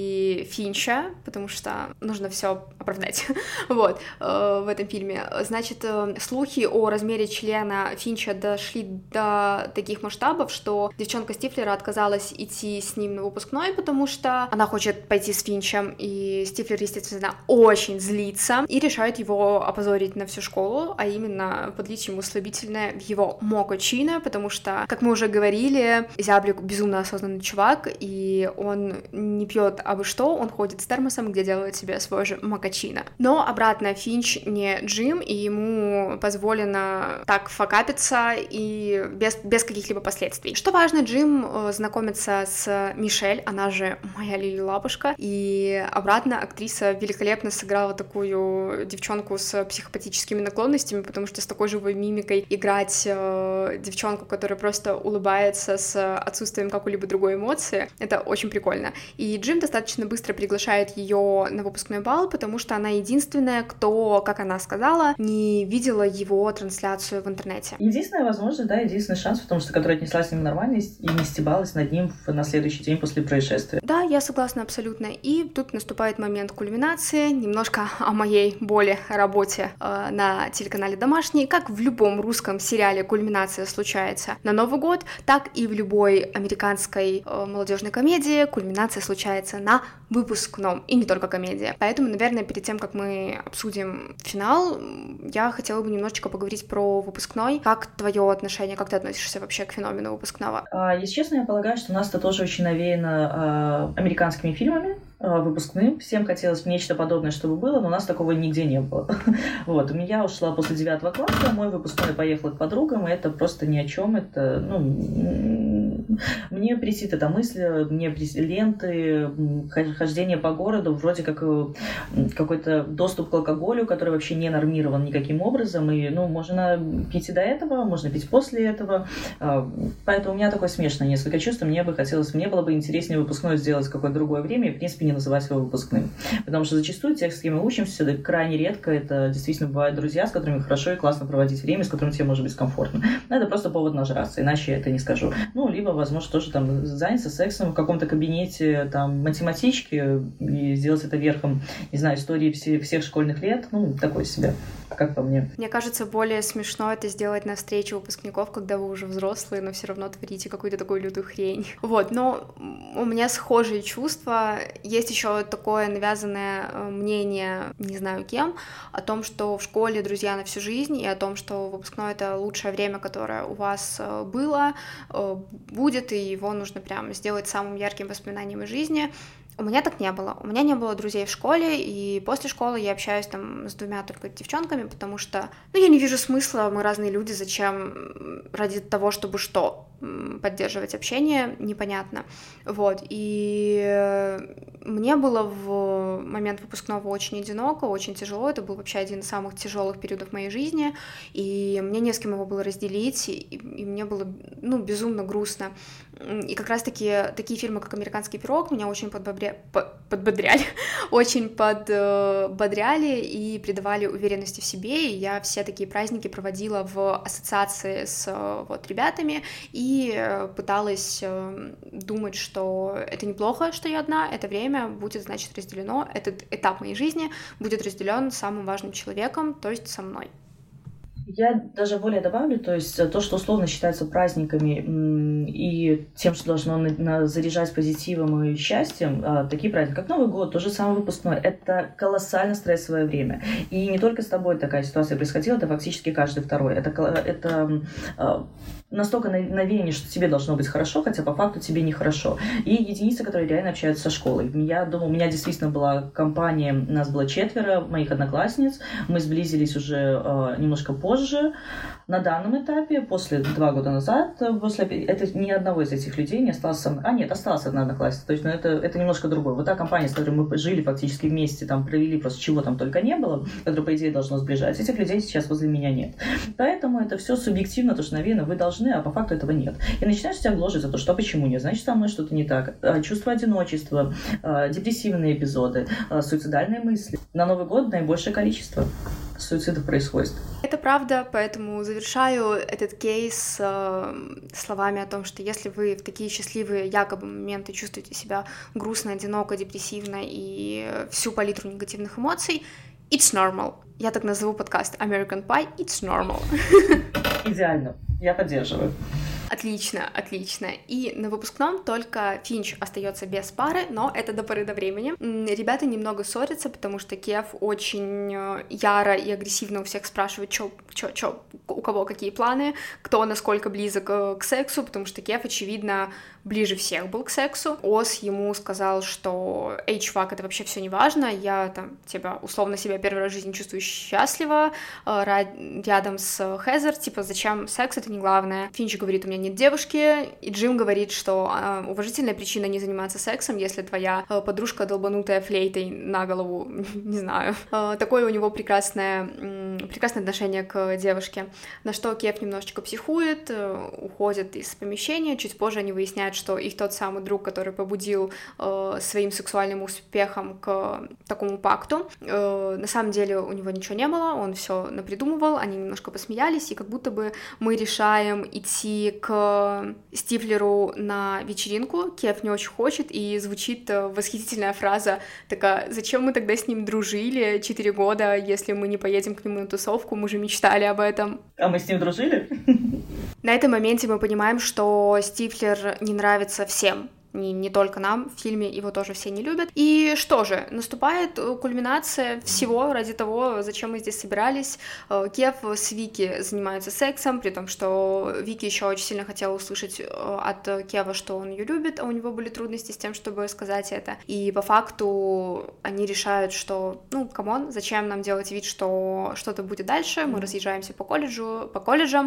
и Финча, потому что нужно все оправдать, вот, в этом фильме. Значит, слухи о размере члена Финча дошли до таких масштабов, что девчонка Стифлера отказалась идти с ним на выпускной, потому что она хочет пойти с Финчем, и Стифлер, естественно, очень злится и решает его опозорить на всю школу, а именно подлить ему слабительное в его мокачино, потому что, как мы уже говорили, Зяблик безумно осознанный чувак, и он не пьет абы что, он ходит с термосом, где делает себе свой же мокачино. Но обратно Финч не Джим, и ему позволено так факапиться и без каких-либо последствий. Что важно, Джим знакомится с Мишель, она же моя Лили Лапушка, и обратно актриса великолепно сыграла такую девчонку с психопатическими наклонностями, потому что с такой живой мимикой играть девчонку, которая просто улыбается с отсутствием какой-либо другой эмоции, это очень прикольно. И Джим достаточно быстро приглашает ее на выпускной бал, потому что она единственная, кто, как она сказала, не видела его трансляцию в интернете. Единственная возможность, да, единственный шанс, потому что которая отнеслась с ним нормально и не стебалась над ним на следующий день после происшествия. Да, я согласна абсолютно. И тут наступает момент кульминации, немножко о моей боли работе на телеканале «Домашний». Как в любом русском сериале кульминация случается на Новый год, так и в любой американской молодежной комедии кульминация случается на выпускном, и не только комедия. Поэтому, наверное, перед тем, как мы обсудим финал, я хотела бы немножечко поговорить про выпускной. Как твое отношение, как ты относишься вообще к феномену выпускного? Если честно, я полагаю, что у нас это тоже очень навеяно американскими фильмами, выпускным. Всем хотелось нечто подобное, чтобы было, но у нас такого нигде не было. Вот, я ушла после 9 класса, мой выпускной поехал к подругам, и это просто ни о чем. Это, мне пресит эта мысль, мне ленты, хождение по городу, вроде как какой-то доступ к алкоголю, который вообще не нормирован никаким образом, и, можно пить и до этого, можно пить после этого, поэтому у меня такое смешанное несколько чувств, мне было бы интереснее выпускной сделать в какое-то другое время, и, в принципе, не называть его выпускным, потому что зачастую тех, с кем мы учимся, это крайне редко, это действительно бывают друзья, с которыми хорошо и классно проводить время, с которыми тебе может быть комфортно. Но это просто повод нажраться, иначе я это не скажу. Либо, возможно, тоже там заняться сексом в каком-то кабинете там математички и сделать это верхом, не знаю, истории всех школьных лет, такое себе, как по мне. Мне кажется, более смешно это сделать на встрече выпускников, когда вы уже взрослые, но все равно творите какую-то такую лютую хрень. Вот, но у меня схожие чувства. Есть еще такое навязанное мнение, не знаю кем, о том, что в школе друзья на всю жизнь, и о том, что выпускное — это лучшее время, которое у вас было, будет, и его нужно прям сделать самым ярким воспоминанием из жизни. У меня так не было. У меня не было друзей в школе, и после школы я общаюсь там с 2 только девчонками, потому что, я не вижу смысла, мы разные люди, зачем ради того, чтобы что? Поддерживать общение, непонятно. Вот, и мне было в момент выпускного очень одиноко, очень тяжело, это был вообще один из самых тяжелых периодов моей жизни, и мне не с кем его было разделить, и мне было, безумно грустно. И как раз-таки такие фильмы, как «Американский пирог», меня очень подбодряли, очень подбодряли и придавали уверенности в себе, и я все такие праздники проводила в ассоциации с ребятами, и пыталась думать, что это неплохо, что я одна, это время будет, значит, разделено, этот этап моей жизни будет разделен самым важным человеком, то есть со мной. Я даже более добавлю, то есть то, что условно считается праздниками и тем, что должно заряжать позитивом и счастьем, такие праздники, как Новый год, то же самое выпускной, это колоссально стрессовое время. И не только с тобой такая ситуация происходила, это фактически каждый второй. Это настолько навеяние, что тебе должно быть хорошо, хотя по факту тебе нехорошо. И единицы, которые реально общаются со школой. Я думаю, у меня действительно была компания, нас было 4 моих одноклассниц, мы сблизились уже немножко позже. На данном этапе, после 2 года назад, это ни одного из этих людей не осталось. Осталась одна одноклассница. То есть, это немножко другое. Вот та компания, с которой мы жили фактически вместе, там провели просто чего там только не было, которое, по идее, должно сближать. Этих людей сейчас возле меня нет. Поэтому это все субъективно, то, что, наверное, вы должны, а по факту этого нет. И начинаешь себя гложить за то, что почему нет, значит, со мной что-то не так. Чувство одиночества, депрессивные эпизоды, суицидальные мысли. На Новый год наибольшее количество суицидов происходит. Это правда, поэтому завершаю этот кейс словами о том, что если вы в такие счастливые якобы моменты чувствуете себя грустно, одиноко, депрессивно и всю палитру негативных эмоций, it's normal. Я так назову подкаст American Pie, it's normal. Идеально, я поддерживаю. Отлично, отлично. И на выпускном только Финч остается без пары, но это до поры до времени. Ребята немного ссорятся, потому что Кев очень яро и агрессивно у всех спрашивает, чё, у кого какие планы, кто насколько близок к сексу, потому что Кев, очевидно, ближе всех был к сексу. Оз ему сказал, что «Эй, чувак, это вообще все не важно, я там условно себя первый раз в жизни чувствую счастливо рядом с Хезер, зачем секс, это не главное». Финч говорит, у меня нет девушки, и Джим говорит, что уважительная причина не заниматься сексом, если твоя подружка долбанутая флейтой на голову, не знаю. Такое у него прекрасное отношение к девушке. На что Кев немножечко психует, уходит из помещения, чуть позже они выясняют, что их тот самый друг, который побудил своим сексуальным успехом к такому пакту, на самом деле у него ничего не было, он все напридумывал, они немножко посмеялись, и как будто бы мы решаем идти к Стифлеру на вечеринку. Кев не очень хочет, и звучит восхитительная фраза такая: зачем мы тогда с ним дружили 4 года, если мы не поедем к нему на тусовку, мы же мечтали об этом. А мы с ним дружили? На этом моменте мы понимаем, что Стифлер не нравится всем. Не только нам, в фильме его тоже все не любят. И что же, наступает кульминация всего ради того, зачем мы здесь собирались. Кев с Вики занимаются сексом, при том, что Вики еще очень сильно хотела услышать от Кева, что он ее любит, а у него были трудности с тем, чтобы сказать это. И по факту они решают, что, камон, зачем нам делать вид, что что-то будет дальше, мы разъезжаемся по колледжам,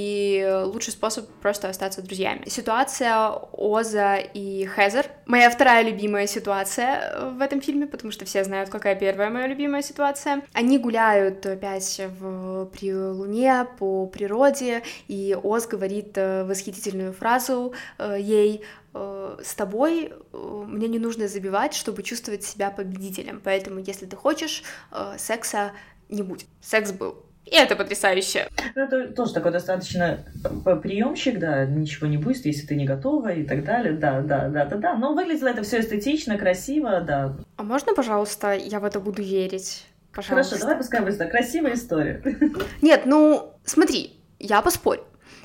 и лучший способ просто остаться друзьями. Ситуация Оза и Хезер. Моя вторая любимая ситуация в этом фильме, потому что все знают, какая первая моя любимая ситуация. Они гуляют опять при луне, по природе, и Оз говорит восхитительную фразу ей: с тобой мне не нужно забивать, чтобы чувствовать себя победителем, поэтому если ты хочешь, секса не будет. Секс был. И это потрясающе. Это тоже такой достаточно приемщик, да, ничего не будет, если ты не готова и так далее, да. Но выглядело это все эстетично, красиво, да. А можно, пожалуйста, я в это буду верить? Пожалуйста. Хорошо, давай пускай будет красивая история. Нет, смотри, я поспорю.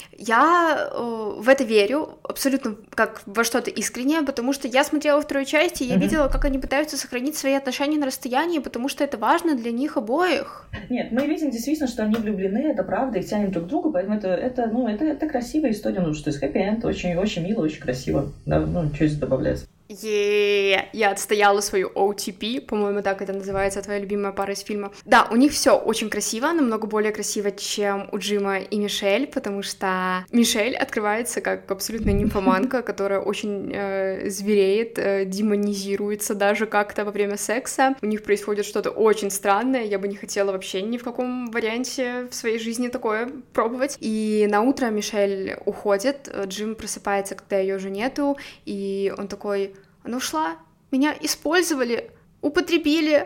Я в это верю абсолютно как во что-то искреннее, потому что я смотрела вторую часть, и я видела, как они пытаются сохранить свои отношения на расстоянии, потому что это важно для них обоих. Нет, мы видим действительно, что они влюблены, это правда, их тянет друг к другу, поэтому это красивая история, что есть хэппи-энд, очень-очень мило, очень красиво, да, что здесь добавлять. Я отстояла свою OTP, по-моему, так это называется, твоя любимая пара из фильма. Да, у них все очень красиво, намного более красиво, чем у Джима и Мишель, потому что Мишель открывается как абсолютно нимфоманка, которая очень звереет, демонизируется даже как-то во время секса. У них происходит что-то очень странное, я бы не хотела вообще ни в каком варианте в своей жизни такое пробовать. И на утро Мишель уходит, Джим просыпается, когда ее уже нету, и он такой: она ушла, меня использовали, употребили,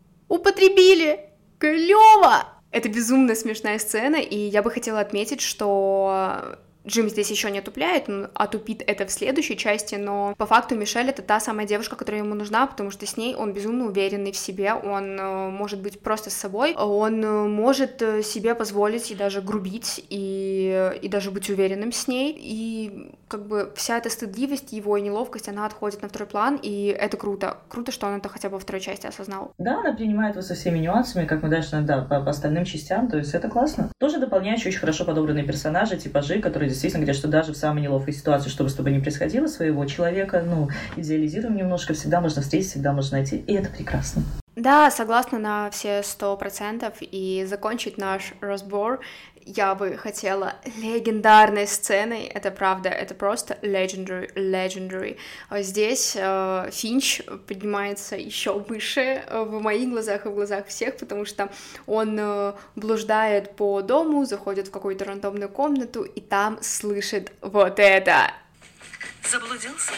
клёво! Это безумно смешная сцена, и я бы хотела отметить, что Джим здесь еще не отупляет, он отупит это в следующей части, но по факту Мишель — это та самая девушка, которая ему нужна, потому что с ней он безумно уверенный в себе, он может быть просто с собой, он может себе позволить и даже грубить, и даже быть уверенным с ней, и как бы вся эта стыдливость его и неловкость, она отходит на второй план, и это круто. Круто, что он это хотя бы во второй части осознал. Да, она принимает его со всеми нюансами, как мы дальше, да, по остальным частям, то есть это классно. Тоже дополняющие очень хорошо подобранные персонажи, типажи, которые действительно говорят, что даже в самой неловкой ситуации, что бы с тобой ни происходило, своего человека, идеализируем немножко, всегда можно встретить, всегда можно найти, и это прекрасно. Да, согласна на все 100%, и закончить наш разбор я бы хотела легендарной сценой, это правда, это просто legendary. Здесь Финч поднимается еще выше в моих глазах и в глазах всех, потому что он блуждает по дому, заходит в какую-то рандомную комнату и там слышит вот это. Заблудился?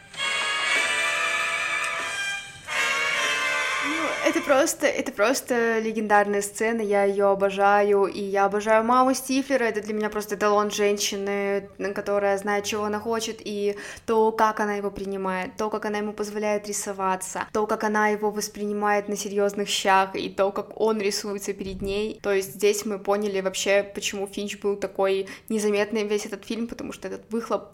Это просто легендарная сцена, я ее обожаю, и я обожаю маму Стифлера, это для меня просто эталон женщины, которая знает, чего она хочет, и то, как она его принимает, то, как она ему позволяет рисоваться, то, как она его воспринимает на серьезных щах, и то, как он рисуется перед ней. То есть здесь мы поняли вообще, почему Финч был такой незаметный весь этот фильм, потому что этот выхлоп,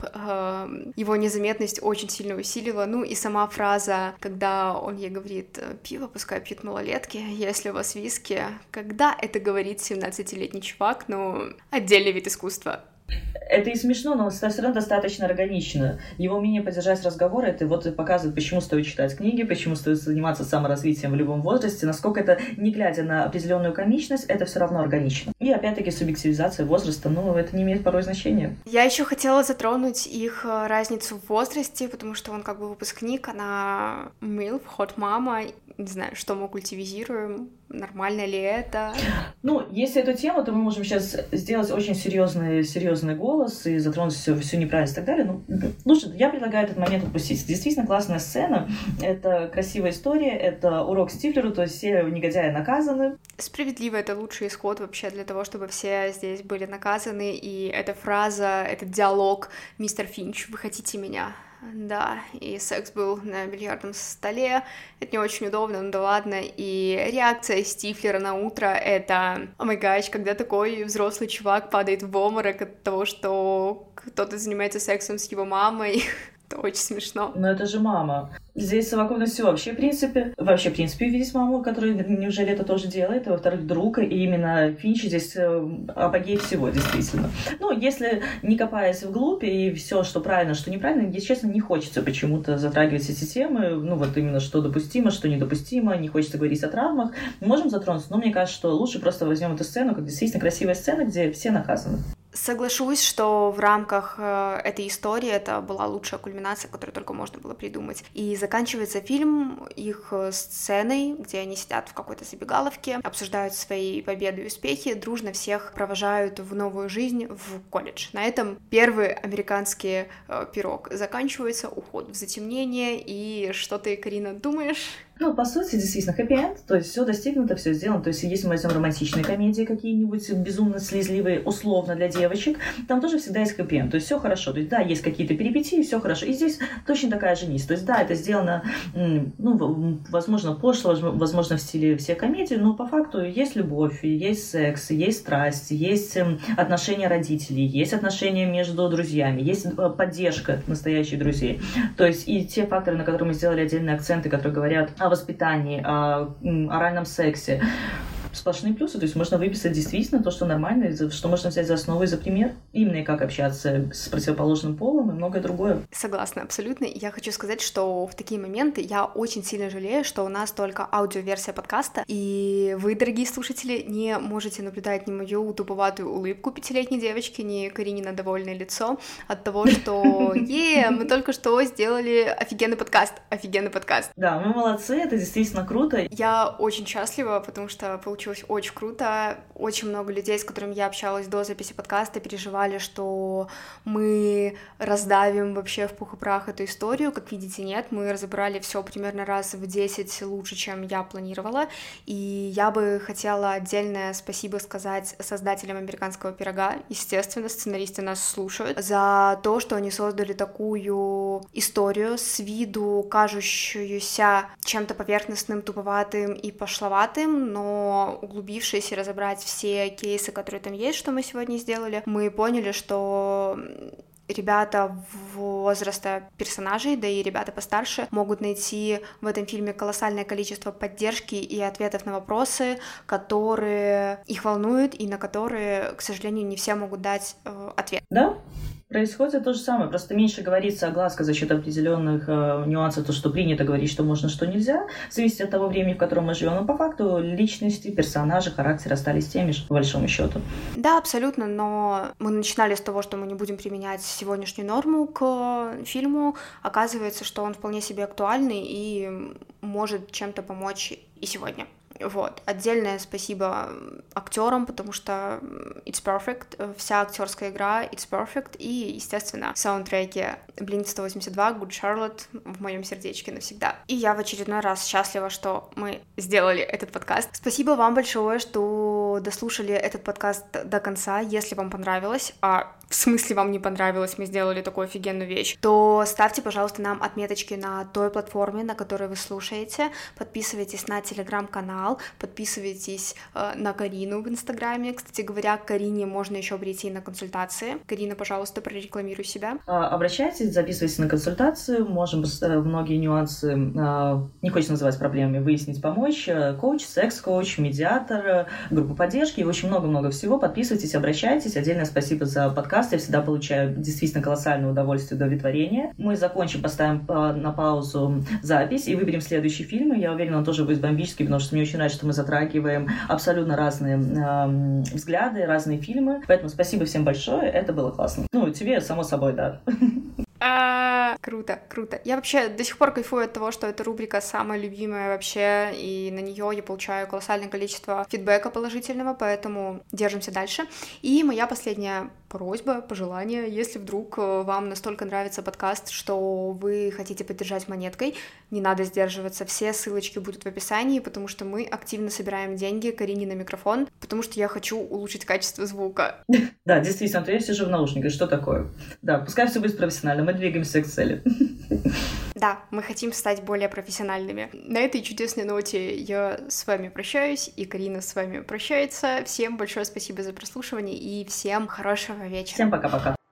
его незаметность очень сильно усилила. Ну и сама фраза, когда он ей говорит: пиво пускай пьют малолетки, если у вас виски. Когда это говорит 17-летний чувак, отдельный вид искусства. Это и смешно, но все равно достаточно органично. Его умение поддержать разговор, это вот показывает, почему стоит читать книги, почему стоит заниматься саморазвитием в любом возрасте, насколько это, не глядя на определенную комичность, это все равно органично. И опять-таки субъективизация возраста, это не имеет порой значения. Я еще хотела затронуть их разницу в возрасте, потому что он как бы выпускник, она MILF, hot мама, не знаю, что мы культивизируем, нормально ли это? Если эту тему, то мы можем сейчас сделать очень серьезный голос и затронуть всю неправильность и так далее. Лучше я предлагаю этот момент отпустить. Действительно классная сцена, это красивая история, это урок Стифлеру, то есть все негодяи наказаны. Справедливо, это лучший исход вообще для того, чтобы все здесь были наказаны, и эта фраза, этот диалог: «Мистер Финч, вы хотите меня?» Да, и секс был на бильярдном столе, это не очень удобно, да ладно, и реакция Стифлера на утро — это: о май гаш, когда такой взрослый чувак падает в обморок от того, что кто-то занимается сексом с его мамой. Это очень смешно. Но это же мама. Здесь совокупность всего. Вообще, в принципе, увидеть маму, которая, неужели это тоже делает, и, во-вторых, друг, и именно Финч здесь апогей всего, действительно. Если не копаясь вглубь, и все, что правильно, что неправильно, если честно, не хочется почему-то затрагивать эти темы, именно что допустимо, что недопустимо, не хочется говорить о травмах. Мы можем затронуться, но мне кажется, что лучше просто возьмем эту сцену, как действительно красивая сцена, где все наказаны. Соглашусь, что в рамках этой истории это была лучшая кульминация, которую только можно было придумать. И заканчивается фильм их сценой, где они сидят в какой-то забегаловке, обсуждают свои победы и успехи, дружно всех провожают в новую жизнь в колледж. На этом первый американский пирог заканчивается, уход в затемнение, и что ты, Карина, думаешь? По сути, действительно, хэппи-энд, то есть все достигнуто, все сделано. То есть если мы возьмем романтичные комедии какие-нибудь, безумно слезливые, условно для девочек, там тоже всегда есть хэппи-энд, то есть все хорошо. То есть да, есть какие-то перипетии, все хорошо. И здесь точно такая же низ. То есть да, это сделано, возможно, пошло, возможно, в стиле всех комедий, но по факту есть любовь, есть секс, есть страсть, есть отношения родителей, есть отношения между друзьями, есть поддержка настоящих друзей. То есть и те факторы, на которые мы сделали отдельные акценты, которые говорят о воспитании, о оральном сексе. сплошные плюсы. То есть можно выписать действительно то, что нормально, что можно взять за основу и за пример. Именно и как общаться с противоположным полом и многое другое. Согласна, абсолютно. Я хочу сказать, что в такие моменты я очень сильно жалею, что у нас только аудиоверсия подкаста, и вы, дорогие слушатели, не можете наблюдать ни мою туповатую улыбку пятилетней девочки, ни Каринина довольное лицо от того, что мы только что сделали офигенный подкаст. Да, мы молодцы, это действительно круто. Я очень счастлива, потому что получилось очень круто. Очень много людей, с которыми я общалась до записи подкаста, переживали, что мы раздавим вообще в пух и прах эту историю. Как видите, нет, мы разобрали все примерно раз в 10 лучше, чем я планировала. И я бы хотела отдельное спасибо сказать создателям «Американского пирога». Естественно, сценаристы нас слушают, за то, что они создали такую историю, с виду кажущуюся чем-то поверхностным, туповатым и пошловатым, но углубившись и разобрать все кейсы, которые там есть, что мы сегодня сделали, мы поняли, что ребята возраста персонажей, да и ребята постарше, могут найти в этом фильме колоссальное количество поддержки и ответов на вопросы, которые их волнуют и на которые, к сожалению, не все могут дать ответ. Да, происходит то же самое, просто меньше говорится огласка за счет определенных нюансов, то, что принято говорить, что можно, что нельзя, зависит от того времени, в котором мы живем, но по факту личности, персонажи, характеры остались теми же, по большому счету. Да, абсолютно, но мы начинали с того, что мы не будем применять сегодняшнюю норму к фильму, оказывается, что он вполне себе актуальный и может чем-то помочь и сегодня. Вот. Отдельное спасибо актерам, потому что it's perfect, вся актерская игра it's perfect, и, естественно, саундтреки Blink-182, Good Charlotte в моем сердечке навсегда. И я в очередной раз счастлива, что мы сделали этот подкаст. Спасибо вам большое, что дослушали этот подкаст до конца. Если вам понравилось, в смысле вам не понравилось, мы сделали такую офигенную вещь, то ставьте, пожалуйста, нам отметочки на той платформе, на которой вы слушаете, подписывайтесь на телеграм-канал, подписывайтесь на Карину в Инстаграме. Кстати говоря, к Карине можно еще прийти на консультации. Карина, пожалуйста, прорекламируй себя. Обращайтесь, записывайтесь на консультацию, можем многие нюансы, не хочется называть проблемами, выяснить, помочь. Коуч, секс-коуч, медиатор, группа поддержки, очень много-много всего. Подписывайтесь, обращайтесь. Отдельное спасибо за подкаст. Я всегда получаю действительно колоссальное удовольствие и удовлетворение. Мы закончим, поставим на паузу запись и выберем следующий фильм. Я уверена, он тоже будет бомбический, потому что мне очень нравится, что мы затрагиваем абсолютно разные взгляды, разные фильмы. Поэтому спасибо всем большое, это было классно. Тебе, само собой, да. Круто. Я вообще до сих пор кайфую от того, что эта рубрика самая любимая вообще, и на нее я получаю колоссальное количество фидбэка положительного, поэтому держимся дальше. И моя последняя просьба, пожелание, если вдруг вам настолько нравится подкаст, что вы хотите поддержать монеткой, не надо сдерживаться, все ссылочки будут в описании, потому что мы активно собираем деньги Карине на микрофон, потому что я хочу улучшить качество звука. Да, действительно, то я сижу в наушниках, что такое? Да, пускай все будет профессионально, мы двигаемся к цели. Да, мы хотим стать более профессиональными. На этой чудесной ноте я с вами прощаюсь, и Карина с вами прощается. Всем большое спасибо за прослушивание, и всем хорошего вечера. Всем пока-пока.